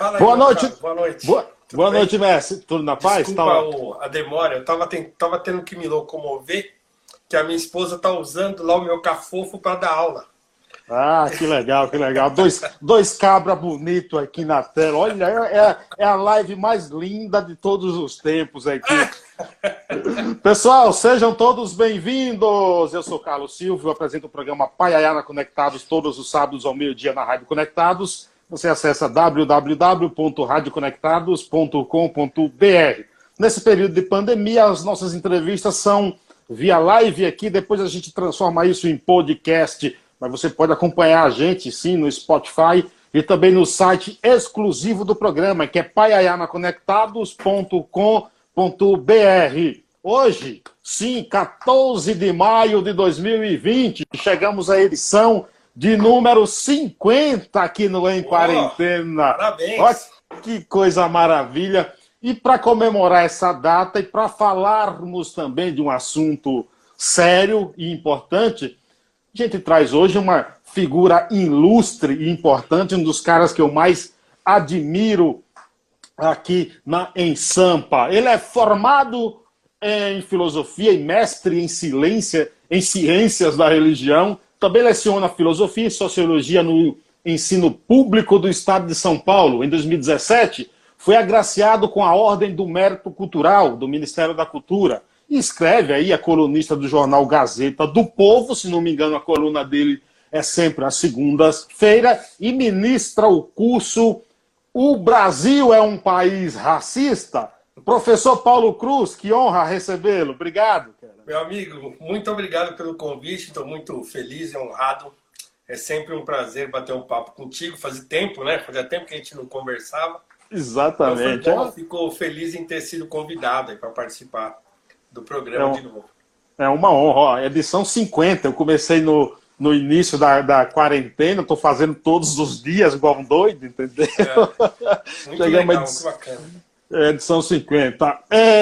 Fala aí, Boa meu noite. caro. Boa noite. Boa Bem? noite, mestre. Tudo na paz? Desculpa a demora, eu tava tendo que me locomover, que a minha esposa tá usando lá o meu cafofo para dar aula. Ah, que legal, que legal. Dois cabra bonito aqui na tela. Olha, é a live mais linda de todos os tempos aqui. Pessoal, sejam todos bem-vindos. Eu sou Carlos Silva, eu apresento o programa Paiaiana Conectados todos os sábados ao meio-dia na Rádio Conectados. Você acessa www.radioconectados.com.br. Nesse período de pandemia, as nossas entrevistas são via live aqui, depois a gente transforma isso em podcast, mas você pode acompanhar a gente, sim, no Spotify e também no site exclusivo do programa, que é paiaianaconectados.com.br. Hoje, sim, 14 de maio de 2020, chegamos à edição de número 50 aqui no Em Quarentena. Parabéns! Olha que coisa maravilha! E para comemorar essa data e para falarmos também de um assunto sério e importante, a gente traz hoje uma figura ilustre e importante, um dos caras que eu mais admiro aqui em Sampa. Ele é formado em filosofia e mestre em ciências da religião. Também leciona filosofia e sociologia no ensino público do estado de São Paulo. Em 2017, foi agraciado com a Ordem do Mérito Cultural do Ministério da Cultura. E escreve aí, é colunista do jornal Gazeta do Povo, se não me engano, a coluna dele é sempre às segundas-feiras, e ministra o curso O Brasil é um País Racista? Professor Paulo Cruz, que honra recebê-lo. Obrigado, cara. Meu amigo, muito obrigado pelo convite, estou muito feliz e honrado. É sempre um prazer bater um papo contigo. Fazia tempo, né? Fazia tempo que a gente não conversava. Exatamente. Então, fico feliz em ter sido convidado para participar do programa de novo. É uma honra. Ó, edição 50. Eu comecei no início da quarentena, estou fazendo todos os dias, igual um doido, entendeu? Muito legal, muito bacana. Edição 50.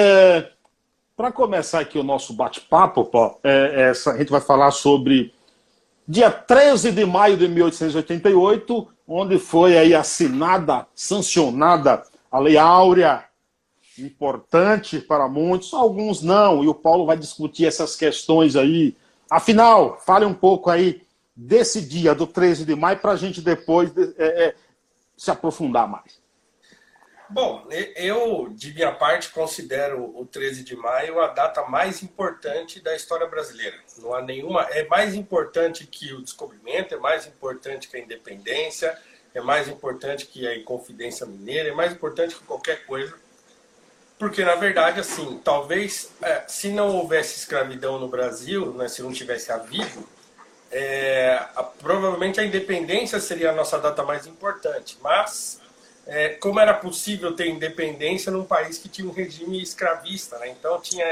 Para começar aqui o nosso bate-papo, a gente vai falar sobre dia 13 de maio de 1888, onde foi aí assinada, sancionada a Lei Áurea, importante para muitos, alguns não, e o Paulo vai discutir essas questões aí. Afinal, fale um pouco aí desse dia, do 13 de maio, para a gente depois se aprofundar mais. Bom, eu, de minha parte, considero o 13 de maio a data mais importante da história brasileira. Não há nenhuma. É mais importante que o descobrimento, é mais importante que a independência, é mais importante que a Inconfidência Mineira, é mais importante que qualquer coisa. Porque, na verdade, assim, talvez, se não houvesse escravidão no Brasil, né, se não tivesse havido, provavelmente a independência seria a nossa data mais importante. Mas, como era possível ter independência num país que tinha um regime escravista, né? Então tinha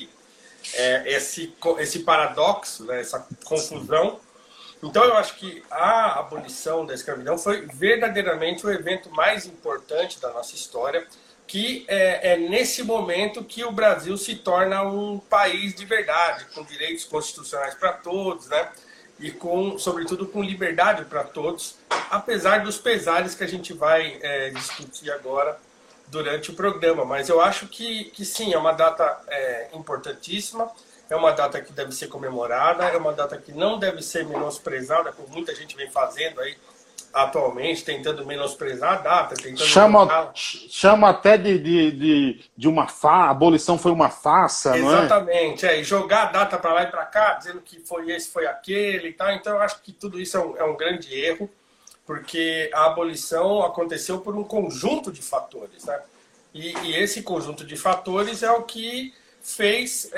esse paradoxo, né, essa confusão. Então eu acho que a abolição da escravidão foi verdadeiramente o evento mais importante da nossa história, que é nesse momento que o Brasil se torna um país de verdade, com direitos constitucionais para todos, né? E sobretudo com liberdade para todos, apesar dos pesares que a gente vai discutir agora durante o programa. Mas eu acho que sim, é uma data importantíssima, é uma data que deve ser comemorada, é uma data que não deve ser menosprezada, como muita gente vem fazendo aí atualmente, tentando menosprezar a data, tentando chama até de uma farsa, a abolição foi uma farsa, não é? Exatamente, e jogar a data para lá e para cá, dizendo que foi esse, foi aquele e tal. Então eu acho que tudo isso é um grande erro, porque a abolição aconteceu por um conjunto de fatores, né? E esse conjunto de fatores é o que fez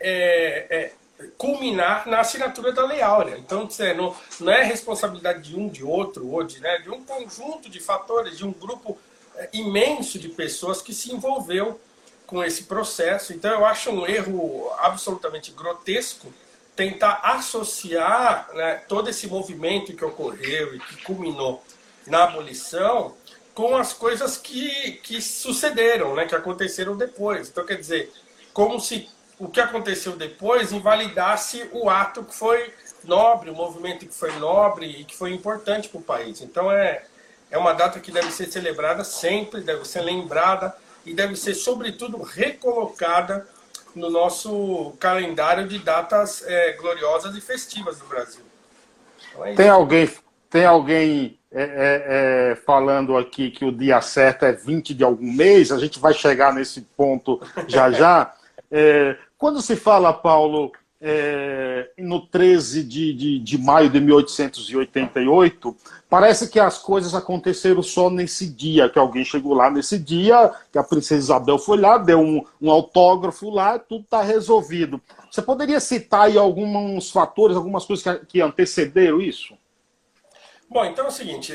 culminar na assinatura da Lei Áurea. Então, não é responsabilidade de um, de outro, ou de um conjunto de fatores, de um grupo imenso de pessoas que se envolveu com esse processo. Então, eu acho um erro absolutamente grotesco tentar associar, né, todo esse movimento que ocorreu e que culminou na abolição com as coisas que sucederam, né, que aconteceram depois. Então, quer dizer, como se o que aconteceu depois invalidasse o ato que foi nobre, o movimento que foi nobre e que foi importante para o país. Então é uma data que deve ser celebrada sempre, deve ser lembrada e deve ser, sobretudo, recolocada no nosso calendário de datas gloriosas e festivas do Brasil. Então é Tem isso. alguém falando aqui que o dia certo é 20 de algum mês, a gente vai chegar nesse ponto já já. Quando se fala, Paulo, no 13 de maio de 1888, parece que as coisas aconteceram só nesse dia, que alguém chegou lá nesse dia, que a princesa Isabel foi lá, deu um autógrafo lá, tudo está resolvido. Você poderia citar aí alguns fatores, algumas coisas que antecederam isso? Bom, então é o seguinte,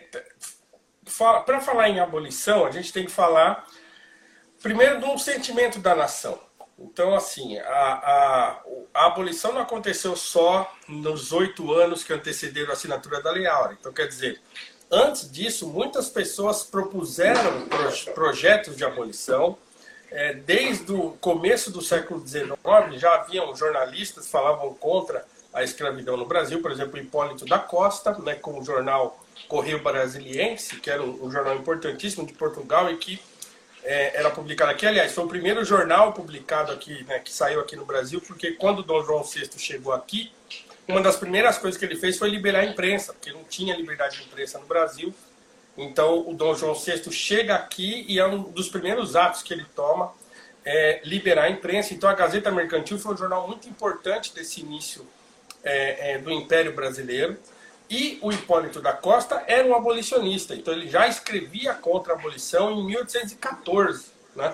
para falar em abolição, a gente tem que falar primeiro de um sentimento da nação. Então, assim, a abolição não aconteceu só nos 8 anos que antecederam a assinatura da Lei Áurea. Então, quer dizer, antes disso, muitas pessoas propuseram projetos de abolição. Desde o começo do século XIX, já haviam jornalistas que falavam contra a escravidão no Brasil, por exemplo, Hipólito da Costa, né, com o jornal Correio Brasiliense, que era um jornal importantíssimo de Portugal e que era publicado aqui. Aliás, foi o primeiro jornal publicado aqui, né, que saiu aqui no Brasil, porque quando Dom João VI chegou aqui, uma das primeiras coisas que ele fez foi liberar a imprensa, porque não tinha liberdade de imprensa no Brasil. Então, o Dom João VI chega aqui e é um dos primeiros atos que ele toma liberar a imprensa. Então, a Gazeta Mercantil foi um jornal muito importante desse início do Império Brasileiro. E o Hipólito da Costa era um abolicionista, então ele já escrevia contra a abolição em 1814. Né?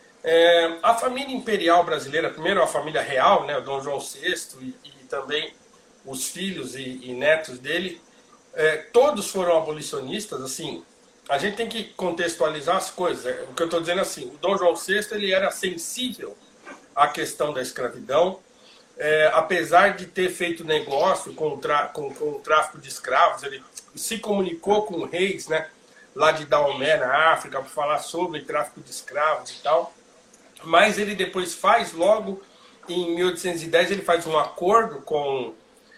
A família imperial brasileira, primeiro a família real, né, o Dom João VI e também os filhos e netos dele, todos foram abolicionistas. Assim, a gente tem que contextualizar as coisas. O que eu estou dizendo assim, o Dom João VI ele era sensível à questão da escravidão. Apesar de ter feito negócio com o tráfico de escravos, ele se comunicou com reis, né, lá de Daomé, na África, para falar sobre tráfico de escravos e tal. Mas ele depois faz, logo em 1810, ele faz um acordo com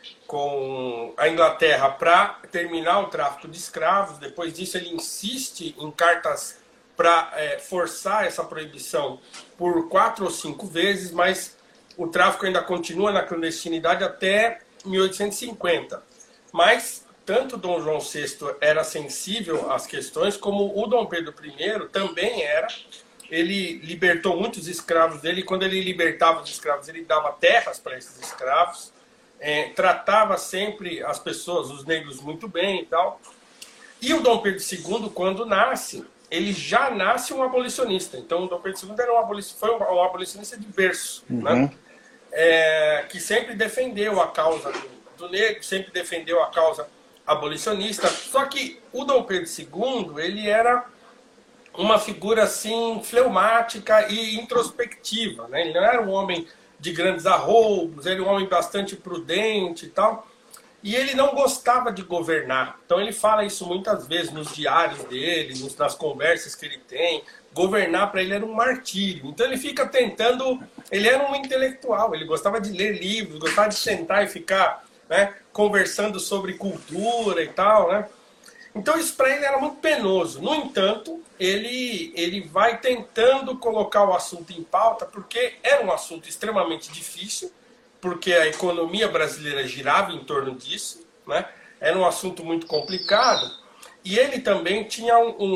a Inglaterra para terminar o tráfico de escravos. Depois disso, ele insiste em cartas para forçar essa proibição por 4 ou 5 vezes, mas o tráfico ainda continua na clandestinidade até 1850. Mas tanto Dom João VI era sensível às questões, como o Dom Pedro I também era. Ele libertou muitos escravos dele, e quando ele libertava os escravos, ele dava terras para esses escravos, tratava sempre as pessoas, os negros, muito bem e tal. E o Dom Pedro II, quando nasce, ele já nasce um abolicionista. Então, o Dom Pedro II foi um abolicionista de berço, né? Que sempre defendeu a causa do negro, sempre defendeu a causa abolicionista. Só que o Dom Pedro II, ele era uma figura assim fleumática e introspectiva, né? Ele não era um homem de grandes arroubos, ele era um homem bastante prudente e tal. E ele não gostava de governar. Então ele fala isso muitas vezes nos diários dele, nas conversas que ele tem. Governar para ele era um martírio. Então ele fica tentando... Ele era um intelectual, ele gostava de ler livros, gostava de sentar e ficar, né, conversando sobre cultura e tal, né? Então isso para ele era muito penoso. No entanto, ele vai tentando colocar o assunto em pauta, porque era um assunto extremamente difícil, porque a economia brasileira girava em torno disso, né? Era um assunto muito complicado, e ele também tinha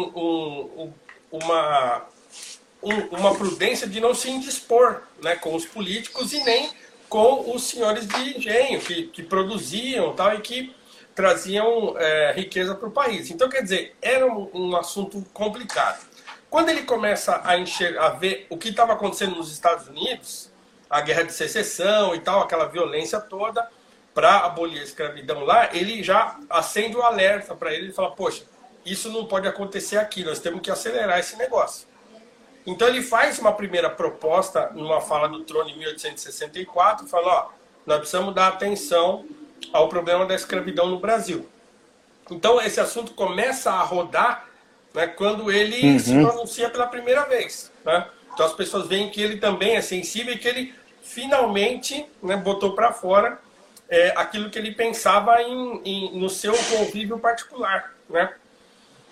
uma prudência de não se indispor, né, com os políticos e nem com os senhores de engenho que produziam tal, e que traziam riqueza para o país. Então, quer dizer, era um assunto complicado. Quando ele começa a ver o que estava acontecendo nos Estados Unidos, a guerra de secessão e tal, aquela violência toda, para abolir a escravidão lá, ele já acende o alerta para ele e fala, poxa, isso não pode acontecer aqui, nós temos que acelerar esse negócio. Então ele faz uma primeira proposta, numa fala do trono em 1864, fala, ó, nós precisamos dar atenção ao problema da escravidão no Brasil. Então esse assunto começa a rodar, né, quando ele se pronuncia pela primeira vez, né? Então as pessoas veem que ele também é sensível e que ele finalmente, né, botou para fora aquilo que ele pensava no seu convívio particular, né?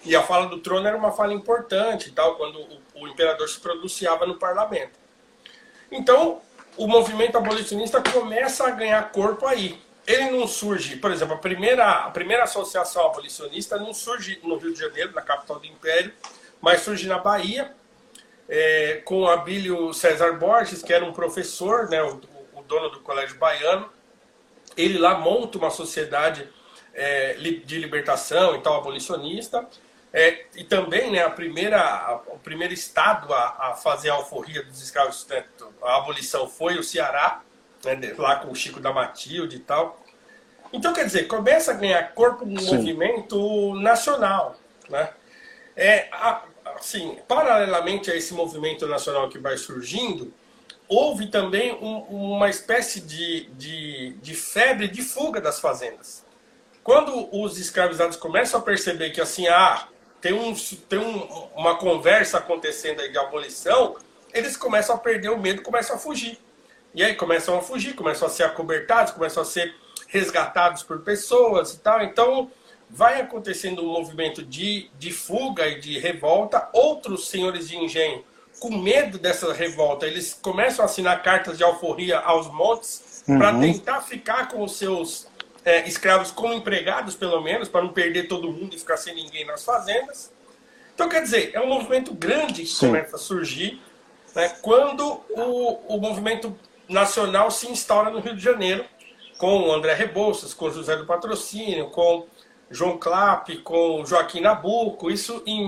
E a fala do trono era uma fala importante, tal, quando o imperador se pronunciava no parlamento. Então, o movimento abolicionista começa a ganhar corpo aí. Ele não surge, por exemplo, a primeira associação abolicionista não surge no Rio de Janeiro, na capital do Império, mas surge na Bahia, com Abílio César Borges, que era um professor, né, o dono do Colégio Baiano. Ele lá monta uma sociedade de libertação e tal, abolicionista. E também, né, o primeiro estado a fazer a alforria dos escravos, né, a abolição, foi o Ceará, né, lá com o Chico da Matilde e tal. Então, quer dizer, começa a ganhar corpo no movimento nacional, né? Assim, paralelamente a esse movimento nacional que vai surgindo, houve também uma espécie de febre de fuga das fazendas. Quando os escravizados começam a perceber que assim, tem uma conversa acontecendo aí de abolição, eles começam a perder o medo, começam a fugir. E aí começam a fugir, começam a ser acobertados, começam a ser resgatados por pessoas e tal. Então vai acontecendo um movimento de fuga e de revolta. Outros senhores de engenho, com medo dessa revolta, eles começam a assinar cartas de alforria aos montes para tentar ficar com os seus escravos como empregados, pelo menos, para não perder todo mundo e ficar sem ninguém nas fazendas. Então, quer dizer, é um movimento grande que começa a surgir, né, quando o movimento nacional se instaura no Rio de Janeiro, com o André Rebouças, com José do Patrocínio, com João Clapp, com Joaquim Nabuco, isso em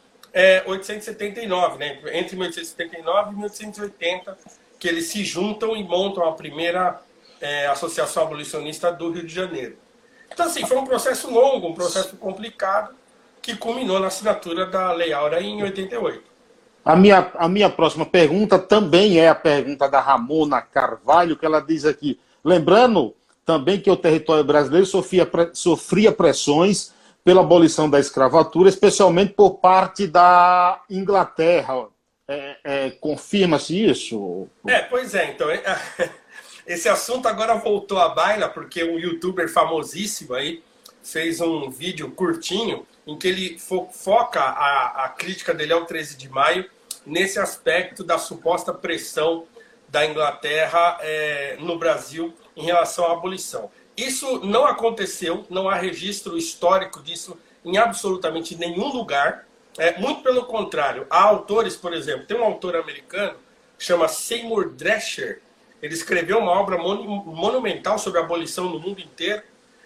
1879, né? Entre 1879 e 1880, que eles se juntam e montam a primeira associação abolicionista do Rio de Janeiro. Então, assim, foi um processo longo, um processo complicado, que culminou na assinatura da Lei Áurea em 88. A minha próxima pergunta também é a pergunta da Ramona Carvalho, que ela diz aqui, lembrando também que o território brasileiro sofria pressões pela abolição da escravatura, especialmente por parte da Inglaterra. Confirma-se isso? Pois é, então, esse assunto agora voltou à baila, porque um youtuber famosíssimo aí fez um vídeo curtinho em que ele foca a crítica dele ao 13 de maio nesse aspecto da suposta pressão da Inglaterra no Brasil em relação à abolição. Isso não aconteceu, não há registro histórico disso em absolutamente nenhum lugar. Muito pelo contrário, há autores, por exemplo, tem um autor americano que chama Seymour Drescher. Ele escreveu uma obra monumental sobre a abolição no mundo inteiro,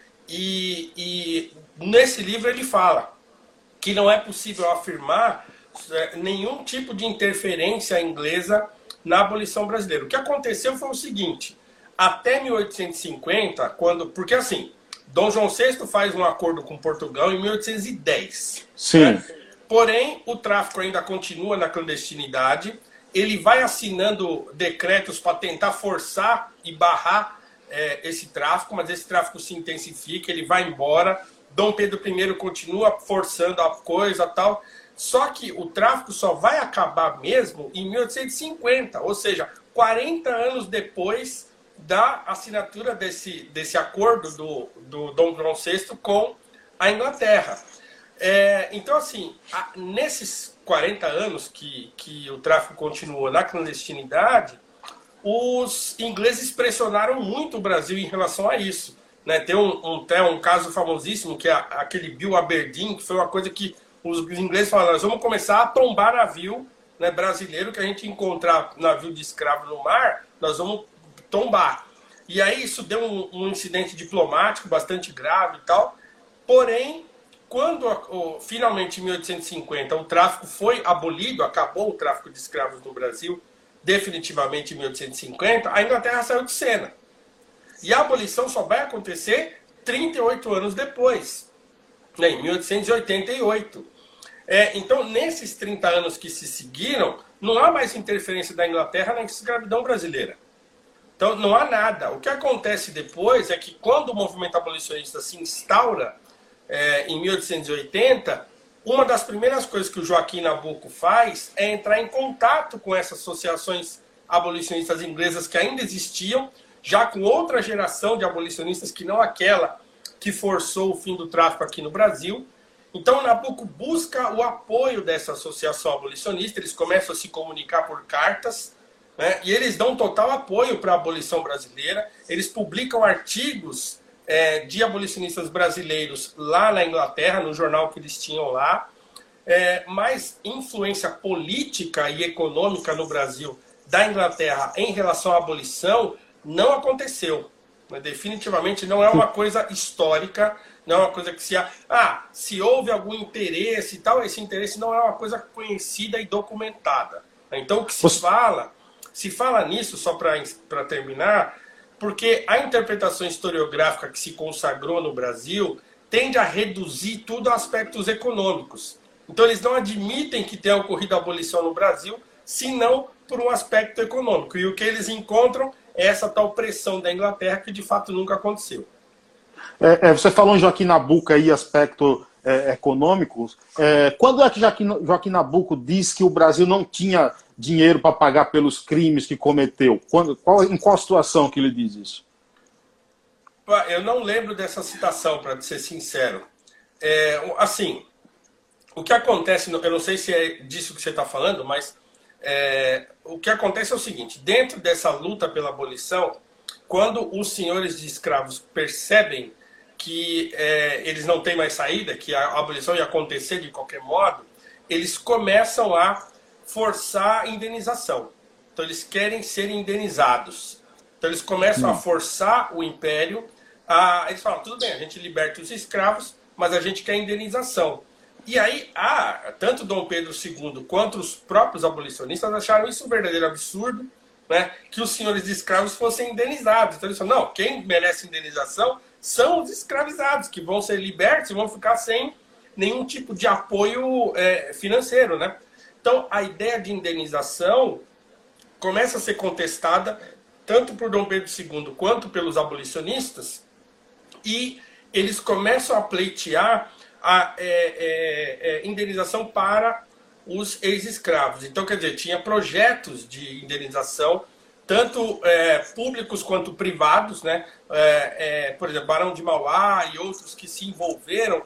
e nesse livro ele fala que não é possível afirmar nenhum tipo de interferência inglesa na abolição brasileira. O que aconteceu foi o seguinte: até 1850, porque assim, Dom João VI faz um acordo com Portugal em 1810. Sim. Né? Porém, o tráfico ainda continua na clandestinidade. Ele vai assinando decretos para tentar forçar e barrar esse tráfico, mas esse tráfico se intensifica, ele vai embora. Dom Pedro I continua forçando a coisa e tal. Só que o tráfico só vai acabar mesmo em 1850, ou seja, 40 anos depois da assinatura desse acordo do Dom João VI com a Inglaterra. Então, assim, nesses 40 anos que o tráfico continuou na clandestinidade, os ingleses pressionaram muito o Brasil em relação a isso. Né? Tem um caso famosíssimo, que é aquele Bill Aberdeen, que foi uma coisa que os ingleses falaram: nós vamos começar a tombar navio, né, brasileiro, que a gente encontrar navio de escravo no mar, nós vamos tombar. E aí isso deu um incidente diplomático bastante grave e tal. Porém, quando finalmente em 1850 o tráfico foi abolido, acabou o tráfico de escravos no Brasil, definitivamente em 1850, a Inglaterra saiu de cena. E a abolição só vai acontecer 38 anos depois, né, em 1888. Então, nesses 30 anos que se seguiram, não há mais interferência da Inglaterra na escravidão brasileira. Então, não há nada. O que acontece depois é que, quando o movimento abolicionista se instaura em 1880, uma das primeiras coisas que o Joaquim Nabuco faz é entrar em contato com essas associações abolicionistas inglesas que ainda existiam, já com outra geração de abolicionistas que não aquela que forçou o fim do tráfico aqui no Brasil. Então, o Nabucco busca o apoio dessa associação abolicionista, eles começam a se comunicar por cartas, né, e eles dão total apoio para a abolição brasileira, eles publicam artigos de abolicionistas brasileiros lá na Inglaterra, no jornal que eles tinham lá, mas influência política e econômica no Brasil da Inglaterra em relação à abolição não aconteceu. Definitivamente não é uma coisa histórica, não é uma coisa que se houve algum interesse e tal, esse interesse não é uma coisa conhecida e documentada. Então o que se fala nisso, só para terminar, porque a interpretação historiográfica que se consagrou no Brasil tende a reduzir tudo a aspectos econômicos. Então eles não admitem que tenha ocorrido a abolição no Brasil, senão por um aspecto econômico. E o que eles encontram é essa tal pressão da Inglaterra, que de fato nunca aconteceu. Você falou em Joaquim Nabuco aí, aspecto econômico. Quando é que Joaquim Nabuco diz que o Brasil não tinha dinheiro para pagar pelos crimes que cometeu? Em qual situação que ele diz isso? Eu não lembro dessa citação, para ser sincero. Assim, o que acontece, eu não sei se é disso que você está falando, mas o que acontece é o seguinte: dentro dessa luta pela abolição, quando os senhores de escravos percebem que eles não têm mais saída, que a abolição ia acontecer de qualquer modo, eles começam a forçar a indenização. Então eles querem ser indenizados. Então eles começam a forçar o império. Eles falam, tudo bem, a gente liberta os escravos, mas a gente quer indenização. E aí, tanto Dom Pedro II quanto os próprios abolicionistas acharam isso um verdadeiro absurdo, né, que os senhores de escravos fossem indenizados. Então eles falaram, não, quem merece indenização são os escravizados, que vão ser libertos e vão ficar sem nenhum tipo de apoio financeiro, né? Então a ideia de indenização começa a ser contestada tanto por Dom Pedro II quanto pelos abolicionistas, e eles começam a pleitear a indenização para os ex-escravos. Então, quer dizer, tinha projetos de indenização, tanto públicos quanto privados, né? Por exemplo, Barão de Mauá e outros que se envolveram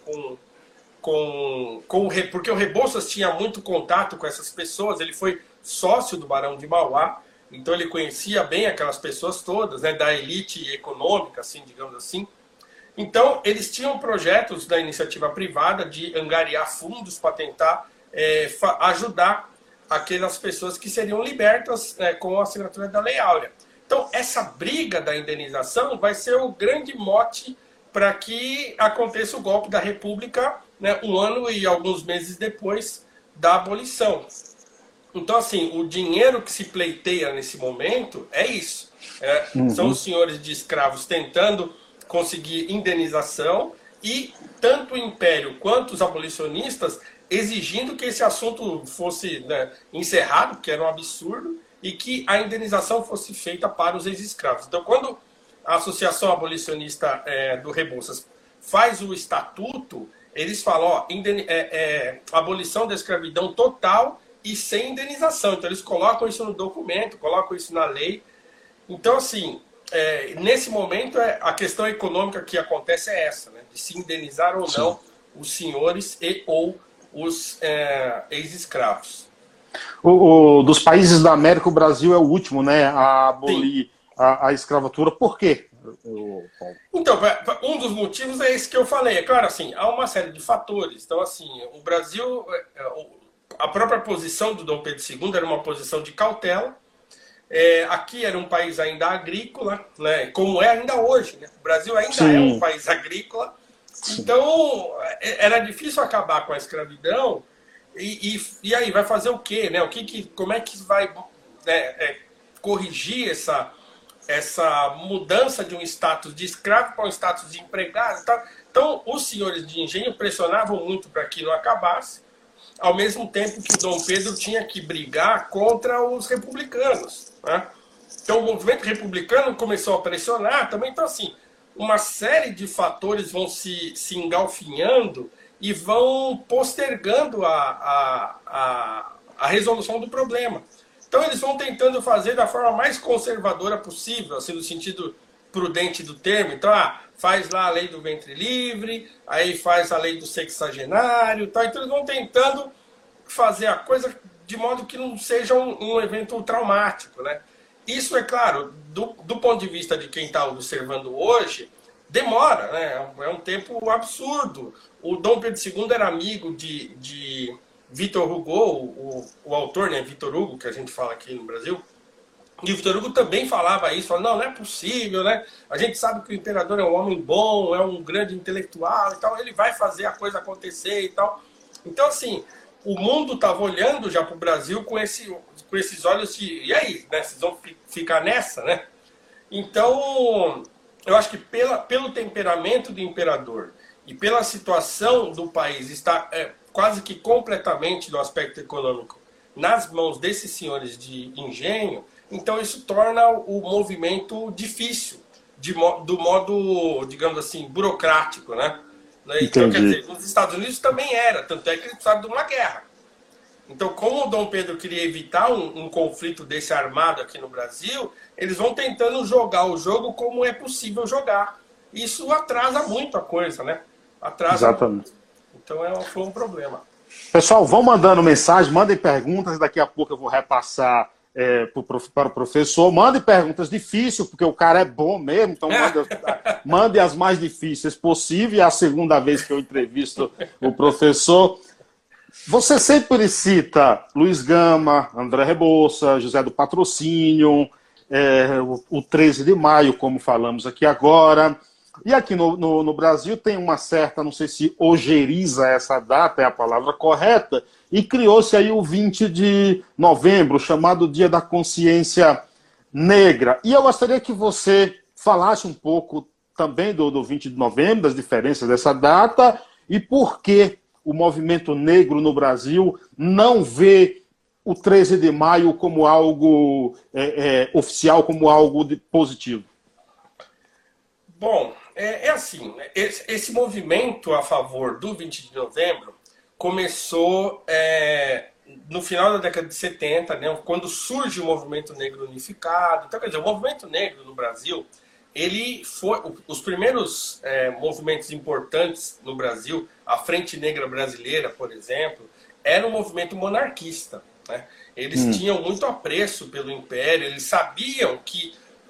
porque o Rebouças tinha muito contato com essas pessoas, ele foi sócio do Barão de Mauá, então ele conhecia bem aquelas pessoas todas, né, da elite econômica, assim, digamos assim. Então, eles tinham projetos da iniciativa privada de angariar fundos para tentar ajudar aquelas pessoas que seriam libertas com a assinatura da Lei Áurea. Então, essa briga da indenização vai ser o grande mote para que aconteça o golpe da República, né, um ano e alguns meses depois da abolição. Então, assim, o dinheiro que se pleiteia nesse momento é isso. São os senhores de escravos tentando conseguir indenização e tanto o Império quanto os abolicionistas exigindo que esse assunto fosse, né, encerrado, que era um absurdo, e que a indenização fosse feita para os ex-escravos. Então, quando a Associação Abolicionista do Rebouças faz o estatuto, eles falam, abolição da escravidão total e sem indenização. Então, eles colocam isso no documento, colocam isso na lei. Então, assim, nesse momento, a questão econômica que acontece é essa, né, de se indenizar ou não os senhores ou os ex-escravos. Dos países da América, o Brasil é o último, né, a abolir a escravatura. Por quê, Paulo? Então, um dos motivos é esse que eu falei. É claro, assim, há uma série de fatores. Então, assim, o Brasil, a própria posição do Dom Pedro II era uma posição de cautela. Aqui era um país ainda agrícola, né, como é ainda hoje, né? O Brasil ainda é um país agrícola. Então, era difícil acabar com a escravidão. E aí, vai fazer o quê? Né? Como é que vai corrigir essa mudança de um status de escravo para um status de empregado? Tá? Então, os senhores de engenho pressionavam muito para que não acabasse, ao mesmo tempo que Dom Pedro tinha que brigar contra os republicanos, né? Então, o movimento republicano começou a pressionar também. Então, assim, uma série de fatores vão se engalfinhando e vão postergando a resolução do problema. Então eles vão tentando fazer da forma mais conservadora possível, assim, no sentido prudente do termo. Então, faz lá a lei do ventre livre, aí faz a lei do sexagenário, tá? Então eles vão tentando fazer a coisa de modo que não seja um evento traumático, né? Isso, é claro, do ponto de vista de quem está observando hoje, demora, né? É um tempo absurdo. O Dom Pedro II era amigo de Victor Hugo, o autor, né? Victor Hugo, que a gente fala aqui no Brasil. E o Victor Hugo também falava isso, falava, não é possível, né? A gente sabe que o imperador é um homem bom, é um grande intelectual e tal, ele vai fazer a coisa acontecer e tal. Então, assim, o mundo estava olhando já para o Brasil com esses olhos de, e aí, né? Vocês vão ficar nessa, né? Então, eu acho que pelo temperamento do imperador e pela situação do país estar quase que completamente no aspecto econômico nas mãos desses senhores de engenho, então isso torna o movimento difícil, do modo, digamos assim, burocrático, né? Então, quer dizer, nos Estados Unidos também era, tanto é que eles precisavam de uma guerra. Então, como o Dom Pedro queria evitar um conflito desse armado aqui no Brasil, eles vão tentando jogar o jogo como é possível jogar. Isso atrasa muito a coisa, né? Atrasa. Exatamente. Muito. Então, foi um problema. Pessoal, vão mandando mensagem, mandem perguntas, daqui a pouco eu vou repassar para o professor. Mandem perguntas difíceis, porque o cara é bom mesmo, então mande as mais difíceis possível. É a segunda vez que eu entrevisto o professor. Você sempre cita Luiz Gama, André Rebouça, José do Patrocínio, o 13 de maio, como falamos aqui agora. E aqui no Brasil tem uma certa, não sei se ojeriza essa data, é a palavra correta, e criou-se aí o 20 de novembro, chamado Dia da Consciência Negra. E eu gostaria que você falasse um pouco também do 20 de novembro, das diferenças dessa data, e por que o movimento negro no Brasil não vê o 13 de maio como algo oficial, como algo positivo. Bom, assim, esse movimento a favor do 20 de novembro começou no final da década de 70, né, quando surge o movimento negro unificado. Então, quer dizer, o movimento negro no Brasil, ele foi os primeiros movimentos importantes no Brasil, a Frente Negra Brasileira, por exemplo, era um movimento monarquista, né? Eles tinham muito apreço pelo Império, eles sabiam que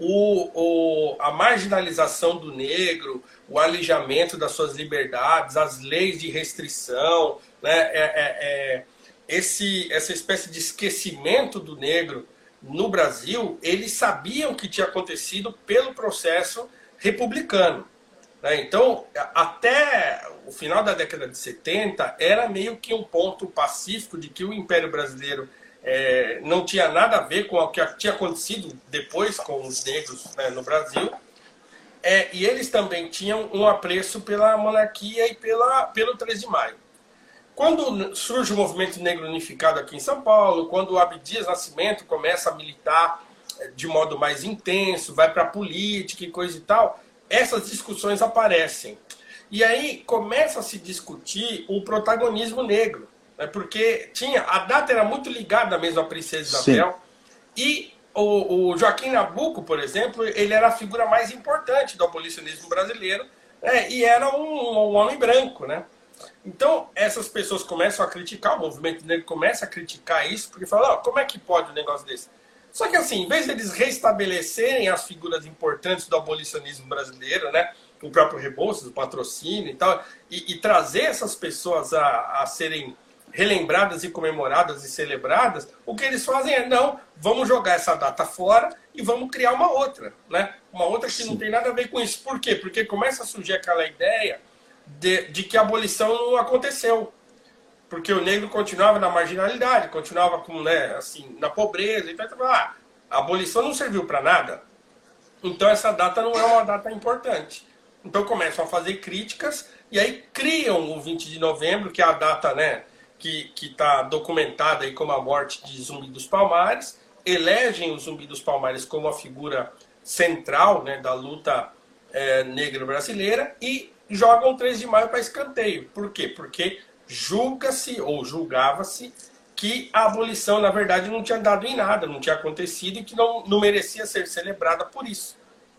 a marginalização do negro, o alijamento das suas liberdades, as leis de restrição, né, essa espécie de esquecimento do negro no Brasil, eles sabiam que tinha acontecido pelo processo republicano. Né? Então, até o final da década de 70, era meio que um ponto pacífico de que o Império Brasileiro não tinha nada a ver com o que tinha acontecido depois com os negros, né, no Brasil. E eles também tinham um apreço pela monarquia e pelo 13 de maio. Quando surge o movimento negro unificado aqui em São Paulo, quando o Abdias Nascimento começa a militar de modo mais intenso, vai para a política e coisa e tal, essas discussões aparecem. E aí começa a se discutir o protagonismo negro, né? Porque a data era muito ligada mesmo à Princesa Isabel. Sim. E o Joaquim Nabuco, por exemplo, ele era a figura mais importante do abolicionismo brasileiro, né? E era um homem branco, né? Então, essas pessoas começam a criticar, o movimento negro começa a criticar isso, porque fala, como é que pode um negócio desse? Só que assim, em vez de eles restabelecerem as figuras importantes do abolicionismo brasileiro, né, o próprio Rebouças, o Patrocínio e tal, e trazer essas pessoas a serem relembradas e comemoradas e celebradas, o que eles fazem não, vamos jogar essa data fora e vamos criar uma outra, né? Uma outra que não tem nada a ver com isso. Por quê? Porque começa a surgir aquela ideia de que a abolição não aconteceu. Porque o negro continuava na marginalidade, continuava assim, na pobreza. Então, a abolição não serviu para nada. Então, essa data não é uma data importante. Então, começam a fazer críticas e aí criam o 20 de novembro, que é a data, né, que está documentada aí como a morte de Zumbi dos Palmares, elegem o Zumbi dos Palmares como a figura central, né, da luta negra brasileira e jogam 3 de maio para escanteio. Por quê? Porque julga-se ou julgava-se que a abolição, na verdade, não tinha dado em nada, não tinha acontecido e que não merecia ser celebrada por isso.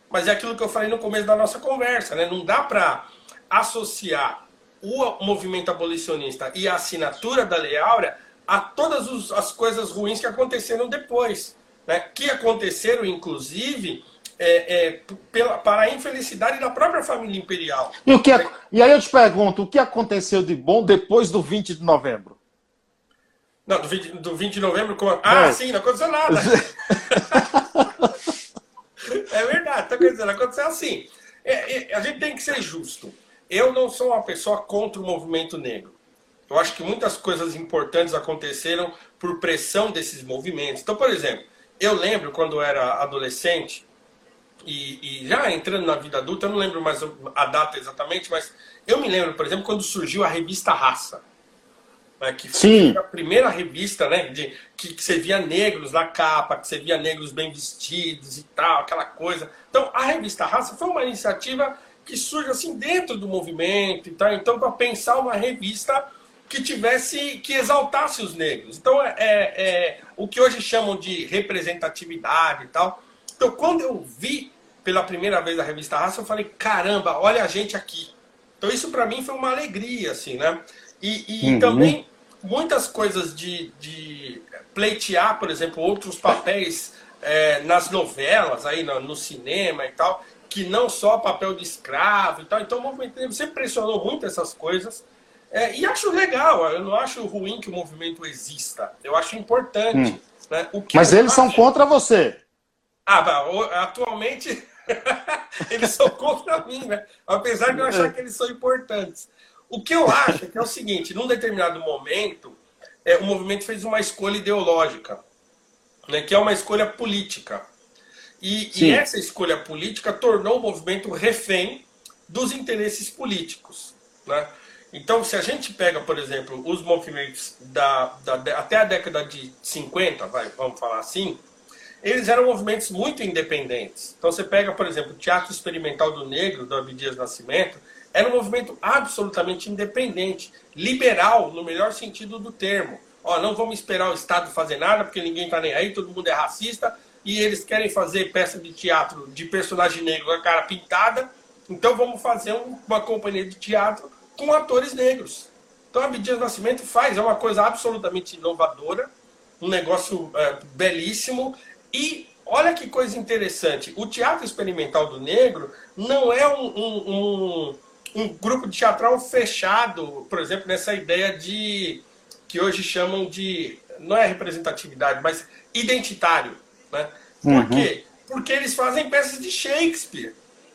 mas é aquilo que eu falei no começo da nossa conversa, né? Não dá para associar o movimento abolicionista e a assinatura da Lei Áurea a todas as coisas ruins que aconteceram depois, né? Que aconteceram, inclusive, para a infelicidade da própria família imperial. E aí eu te pergunto, o que aconteceu de bom depois do 20 de novembro? Não, do 20 de novembro... Sim, não aconteceu nada. É verdade, então quer dizer, não aconteceu assim. A gente tem que ser justo. Eu não sou uma pessoa contra o movimento negro. Eu acho que muitas coisas importantes aconteceram por pressão desses movimentos. Então, por exemplo, eu lembro quando eu era adolescente, e já entrando na vida adulta, eu não lembro mais a data exatamente, mas eu me lembro, por exemplo, quando surgiu a revista Raça. Né, que foi a primeira revista, né, que você via negros na capa, que você via negros bem vestidos e tal, aquela coisa. Então, a revista Raça foi uma iniciativa que surge assim dentro do movimento e tal. Então, para pensar uma revista que exaltasse os negros. Então, o que hoje chamam de representatividade e tal. Então, quando eu vi pela primeira vez a revista Raça, eu falei, caramba, olha a gente aqui. Então, isso para mim foi uma alegria, assim, né? E também muitas coisas de pleitear, por exemplo, outros papéis nas novelas, aí no cinema e tal, que não só papel de escravo e tal. Então o movimento negro sempre pressionou muito essas coisas. E acho legal, eu não acho ruim que o movimento exista. Eu acho importante. Né? Mas eles são contra você. Atualmente eles são contra mim, né? Apesar de eu achar que eles são importantes. O que eu acho é que é o seguinte, num determinado momento, o movimento fez uma escolha ideológica, né, que é uma escolha política. E essa escolha política tornou o movimento refém dos interesses políticos. Né? Então, se a gente pega, por exemplo, os movimentos até a década de 50, vamos falar assim, eles eram movimentos muito independentes. Então, você pega, por exemplo, o Teatro Experimental do Negro, do Abdias Nascimento, era um movimento absolutamente independente, liberal, no melhor sentido do termo. Não vamos esperar o Estado fazer nada, porque ninguém está nem aí, todo mundo é racista, e eles querem fazer peça de teatro de personagem negro com a cara pintada, então vamos fazer uma companhia de teatro com atores negros. Então, Abdias Nascimento é uma coisa absolutamente inovadora, um negócio belíssimo, e olha que coisa interessante, o Teatro Experimental do Negro não é um grupo de teatral fechado, por exemplo, nessa ideia que hoje chamam de, não é representatividade, mas identitário. Né? Por quê? Porque eles fazem peças de Shakespeare.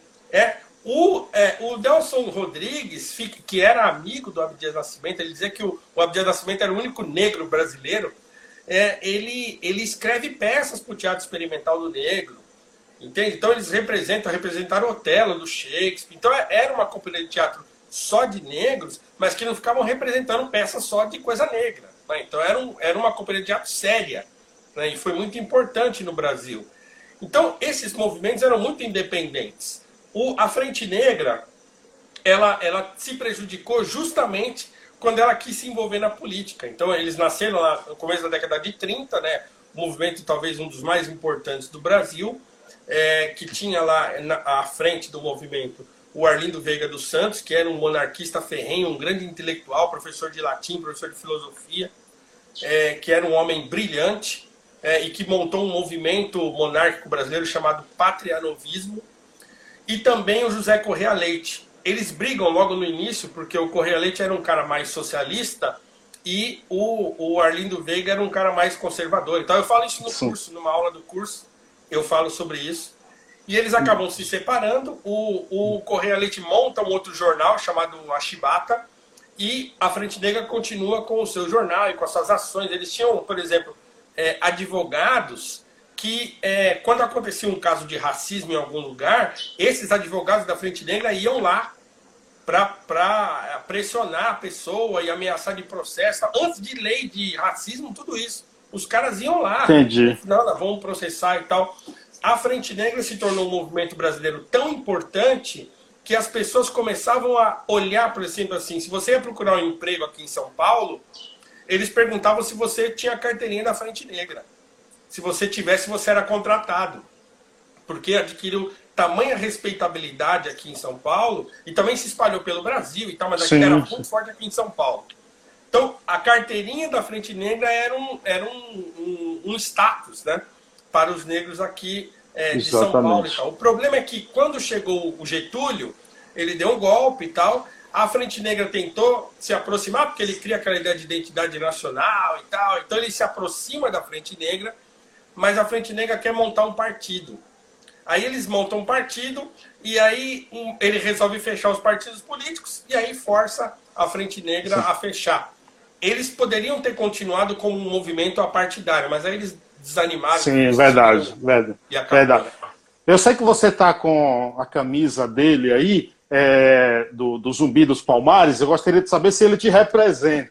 O Nelson Rodrigues, que era amigo do Abdias Nascimento, ele dizia que o Abdias Nascimento era o único negro brasileiro, ele escreve peças para o Teatro Experimental do Negro. Entende? Então eles representaram Otelo do Shakespeare. Então era uma companhia de teatro só de negros, mas que não ficavam representando peças só de coisa negra. Né? Então era uma companhia de teatro séria. Né? E foi muito importante no Brasil. Então esses movimentos eram muito independentes. A Frente Negra, ela se prejudicou justamente quando ela quis se envolver na política. Então eles nasceram lá no começo da década de 30, né? O movimento talvez um dos mais importantes do Brasil, que tinha lá à frente do movimento o Arlindo Veiga dos Santos, que era um monarquista ferrenho, um grande intelectual, professor de latim, professor de filosofia, que era um homem brilhante e que montou um movimento monárquico brasileiro chamado patrianovismo, e também o José Correia Leite. Eles brigam logo no início, porque o Correia Leite era um cara mais socialista e o Arlindo Veiga era um cara mais conservador. Então eu falo isso no curso, numa aula do curso, eu falo sobre isso. E eles acabam se separando, o Correia Leite monta um outro jornal chamado A Chibata, e a Frente Negra continua com o seu jornal e com as suas ações. Eles tinham, por exemplo, advogados que, quando acontecia um caso de racismo em algum lugar, esses advogados da Frente Negra iam lá para pressionar a pessoa e ameaçar de processo, antes de lei de racismo, tudo isso. Os caras iam lá. Entendi. Não, vamos processar e tal. A Frente Negra se tornou um movimento brasileiro tão importante que as pessoas começavam a olhar, por exemplo, assim, se você ia procurar um emprego aqui em São Paulo, eles perguntavam se você tinha a carteirinha da Frente Negra. Se você tivesse, você era contratado. Porque adquiriu tamanha respeitabilidade aqui em São Paulo, e também se espalhou pelo Brasil e tal, mas aqui Sim. era muito forte aqui em São Paulo. Então, a carteirinha da Frente Negra era um status, né, para os negros aqui de São Paulo e tal. O problema é que quando chegou o Getúlio, ele deu um golpe e tal, a Frente Negra tentou se aproximar, porque ele cria aquela ideia de identidade nacional e tal, então ele se aproxima da Frente Negra, mas a Frente Negra quer montar um partido. Aí eles montam um partido e aí ele resolve fechar os partidos políticos e aí força a Frente Negra a fechar. Eles poderiam ter continuado como um movimento apartidário, mas aí eles desanimaram. Sim, verdade. Verdade. Eu sei que você está com a camisa dele aí, do Zumbi dos Palmares. Eu gostaria de saber se ele te representa.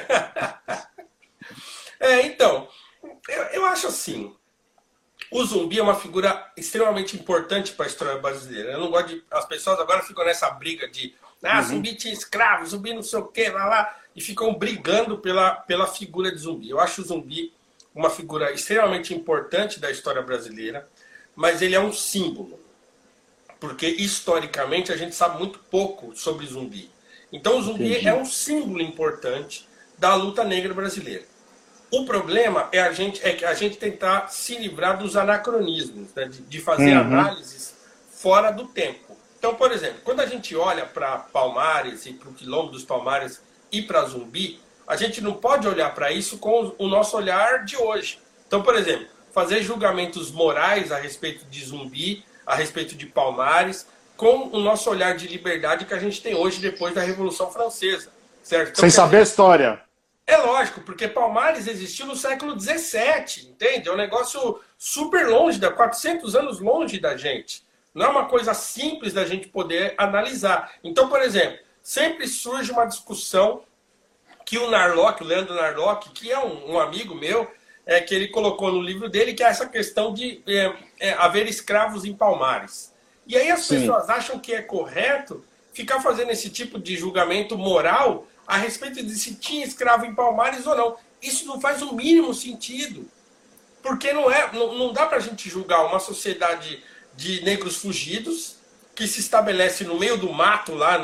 Então, eu acho assim, o Zumbi é uma figura extremamente importante para a história brasileira. Eu não gosto de... As pessoas agora ficam nessa briga de Zumbi tinha escravo, Zumbi não sei o quê, lá, e ficam brigando pela figura de Zumbi. Eu acho o Zumbi uma figura extremamente importante da história brasileira, mas ele é um símbolo, porque historicamente a gente sabe muito pouco sobre Zumbi. Então o Zumbi é um símbolo importante da luta negra brasileira. O problema é que a gente tentar se livrar dos anacronismos, né, de fazer análises fora do tempo. Então, por exemplo, quando a gente olha para Palmares e para o Quilombo dos Palmares e para Zumbi, a gente não pode olhar para isso com o nosso olhar de hoje. Então, por exemplo, fazer julgamentos morais a respeito de Zumbi, a respeito de Palmares, com o nosso olhar de liberdade que a gente tem hoje depois da Revolução Francesa. Certo? Então, sem saber a história. É lógico, porque Palmares existiu no século XVII, entende? É um negócio super longe, 400 anos longe da gente. Não é uma coisa simples da gente poder analisar. Então, por exemplo, sempre surge uma discussão que o Leandro Narlock, que é um amigo meu, que ele colocou no livro dele, que é essa questão de haver escravos em Palmares. E aí as pessoas acham que é correto ficar fazendo esse tipo de julgamento moral a respeito de se tinha escravo em Palmares ou não. Isso não faz o mínimo sentido. Porque não dá para a gente julgar uma sociedade de negros fugidos que se estabelece no meio do mato, lá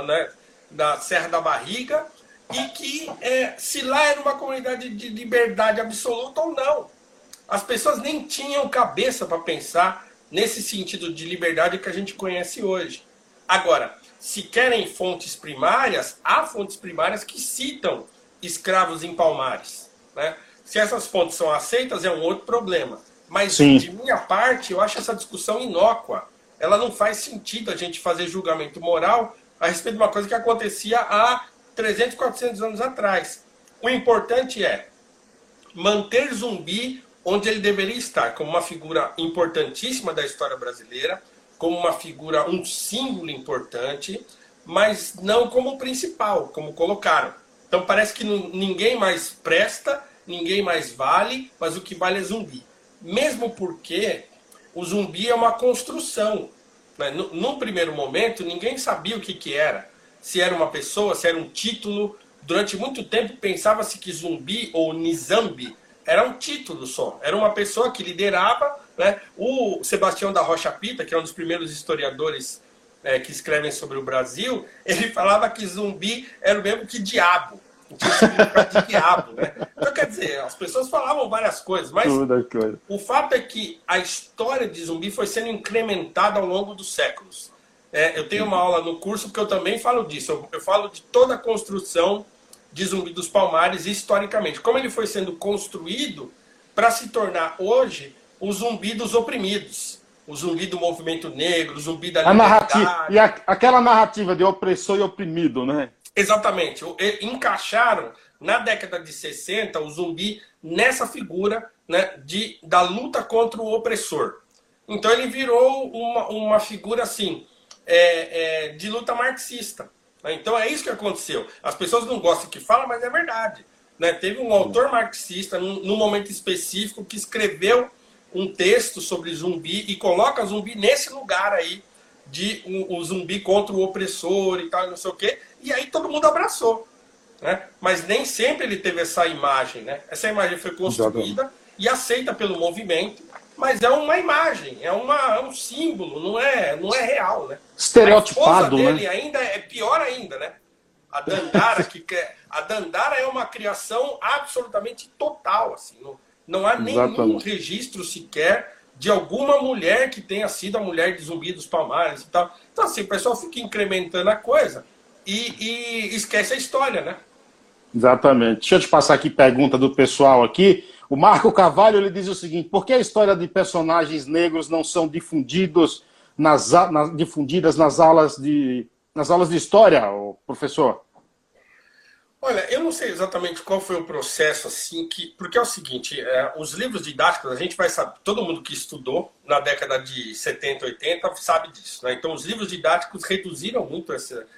na Serra da Barriga, e que se lá era uma comunidade de liberdade absoluta ou não. As pessoas nem tinham cabeça para pensar nesse sentido de liberdade que a gente conhece hoje. Agora, se querem fontes primárias, há fontes primárias que citam escravos em Palmares, né? Se essas fontes são aceitas, é um outro problema. Mas, de minha parte, eu acho essa discussão inócua. Ela não faz sentido a gente fazer julgamento moral a respeito de uma coisa que acontecia há 300, 400 anos atrás. O importante é manter Zumbi onde ele deveria estar, como uma figura importantíssima da história brasileira, como uma figura, um símbolo importante, mas não como principal, como colocaram. Então parece que ninguém mais presta, ninguém mais vale, mas o que vale é Zumbi. Mesmo porque o Zumbi é uma construção. Né? Num primeiro momento, ninguém sabia o que era. Se era uma pessoa, se era um título. Durante muito tempo pensava-se que Zumbi ou Nizambi era um título só. Era uma pessoa que liderava, né? O Sebastião da Rocha Pita, que é um dos primeiros historiadores que escrevem sobre o Brasil, ele falava que Zumbi era o mesmo que diabo. Tinha significado de diabo, né? Então, quer dizer, as pessoas falavam várias coisas, mas o fato é que a história de Zumbi foi sendo incrementada ao longo dos séculos. Eu tenho uma aula no curso que eu também falo disso. Eu falo de toda a construção de Zumbi dos Palmares historicamente. Como ele foi sendo construído para se tornar hoje o Zumbi dos oprimidos. O Zumbi do movimento negro, o Zumbi da liberdade. E aquela narrativa de opressor e oprimido, né? Exatamente. Encaixaram na década de 60 o Zumbi nessa figura, né, da luta contra o opressor. Então ele virou uma figura assim, de luta marxista. Né? Então é isso que aconteceu. As pessoas não gostam que fala, mas é verdade. Né? Teve um autor marxista, num momento específico, que escreveu um texto sobre Zumbi e coloca Zumbi nesse lugar aí, de o Zumbi contra o opressor e tal, não sei o quê, e aí todo mundo abraçou. Né? Mas nem sempre ele teve essa imagem. Né? Essa imagem foi construída e aceita pelo movimento, mas é uma imagem, é um símbolo, não é real, né? Estereotipado, a esposa dele né? ainda é pior ainda, né? A Dandara é uma criação absolutamente total, assim, não há nenhum Exatamente. registro sequer de alguma mulher que tenha sido a mulher de Zumbi dos Palmares e tal. Então, assim, o pessoal fica incrementando a coisa e esquece a história, né? Exatamente. Deixa eu te passar aqui pergunta do pessoal aqui. O Marco Carvalho ele diz o seguinte: por que a história de personagens negros não são difundidas nas aulas de história, professor? Olha, eu não sei exatamente qual foi o processo, assim, porque é o seguinte, os livros didáticos, a gente vai saber, todo mundo que estudou na década de 70, 80 sabe disso, né? Então, os livros didáticos reduziram muito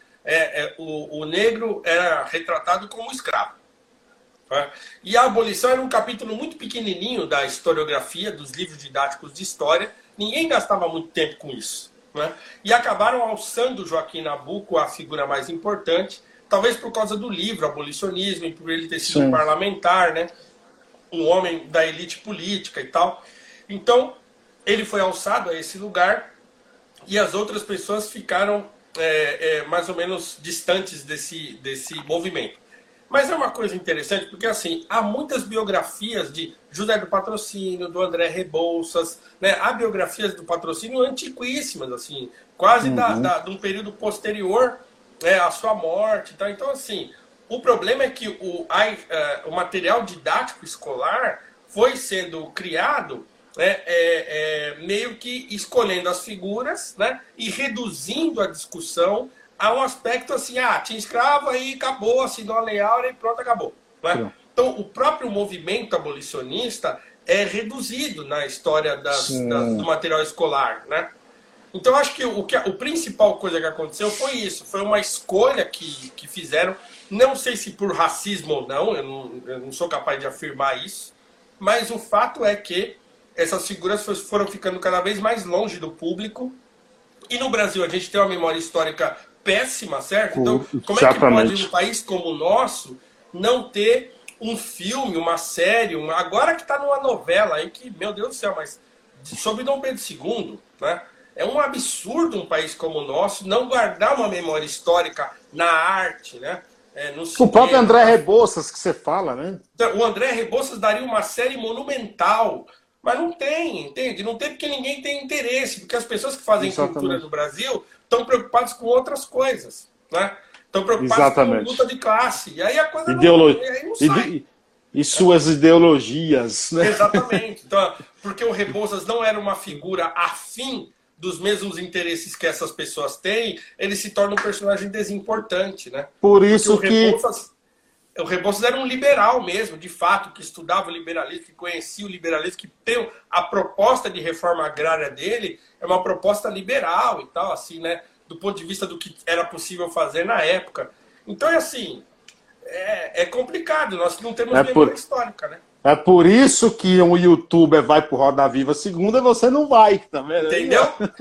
o negro era retratado como escravo. Né? E a abolição era um capítulo muito pequenininho da historiografia, dos livros didáticos de história, ninguém gastava muito tempo com isso. Né? E acabaram alçando Joaquim Nabuco a figura mais importante, talvez por causa do livro Abolicionismo, e por ele ter sido um parlamentar, né? Um homem da elite política e tal. Então, ele foi alçado a esse lugar e as outras pessoas ficaram mais ou menos distantes desse movimento. Mas é uma coisa interessante, porque assim, há muitas biografias de José do Patrocínio, do André Rebouças, né? Há biografias do Patrocínio antiquíssimas, assim, quase de um período posterior à sua morte. Tá? Então, assim, o problema é que o material didático escolar foi sendo criado meio que escolhendo as figuras, né, e reduzindo a discussão a um aspecto assim, tinha escravo, aí acabou, assinou a Lei Áurea e pronto, acabou. Né? Então, o próprio movimento abolicionista é reduzido na história do material escolar, né? Então, acho que o principal coisa que aconteceu foi isso. Foi uma escolha que fizeram. Não sei se por racismo ou não, eu não sou capaz de afirmar isso. Mas o fato é que essas figuras foram ficando cada vez mais longe do público. E no Brasil a gente tem uma memória histórica péssima, certo? Então, como é que pode um país como o nosso não ter um filme, uma série, agora que está numa novela aí que, meu Deus do céu, mas sobre Dom Pedro II, né? É um absurdo um país como o nosso não guardar uma memória histórica na arte, né? No cinema. O próprio André Rebouças que você fala, né? Então, o André Rebouças daria uma série monumental, mas não tem, entende? Não tem porque ninguém tem interesse, porque as pessoas que fazem cultura no Brasil estão preocupadas com outras coisas, né? Estão preocupadas com luta de classe. E aí a coisa não sai. E suas ideologias, né? Exatamente. Então, porque o Rebouças não era uma figura afim dos mesmos interesses que essas pessoas têm, ele se torna um personagem desimportante, né? Por isso o Rebouças era um liberal mesmo, de fato, que estudava o liberalismo, que conhecia o liberalismo, que tem a proposta de reforma agrária dele é uma proposta liberal e tal, assim, né? Do ponto de vista do que era possível fazer na época. Então, é assim, é complicado, nós não temos memória histórica, né? É por isso que um youtuber vai pro Roda Viva segunda e você não vai, tá vendo? Entendeu?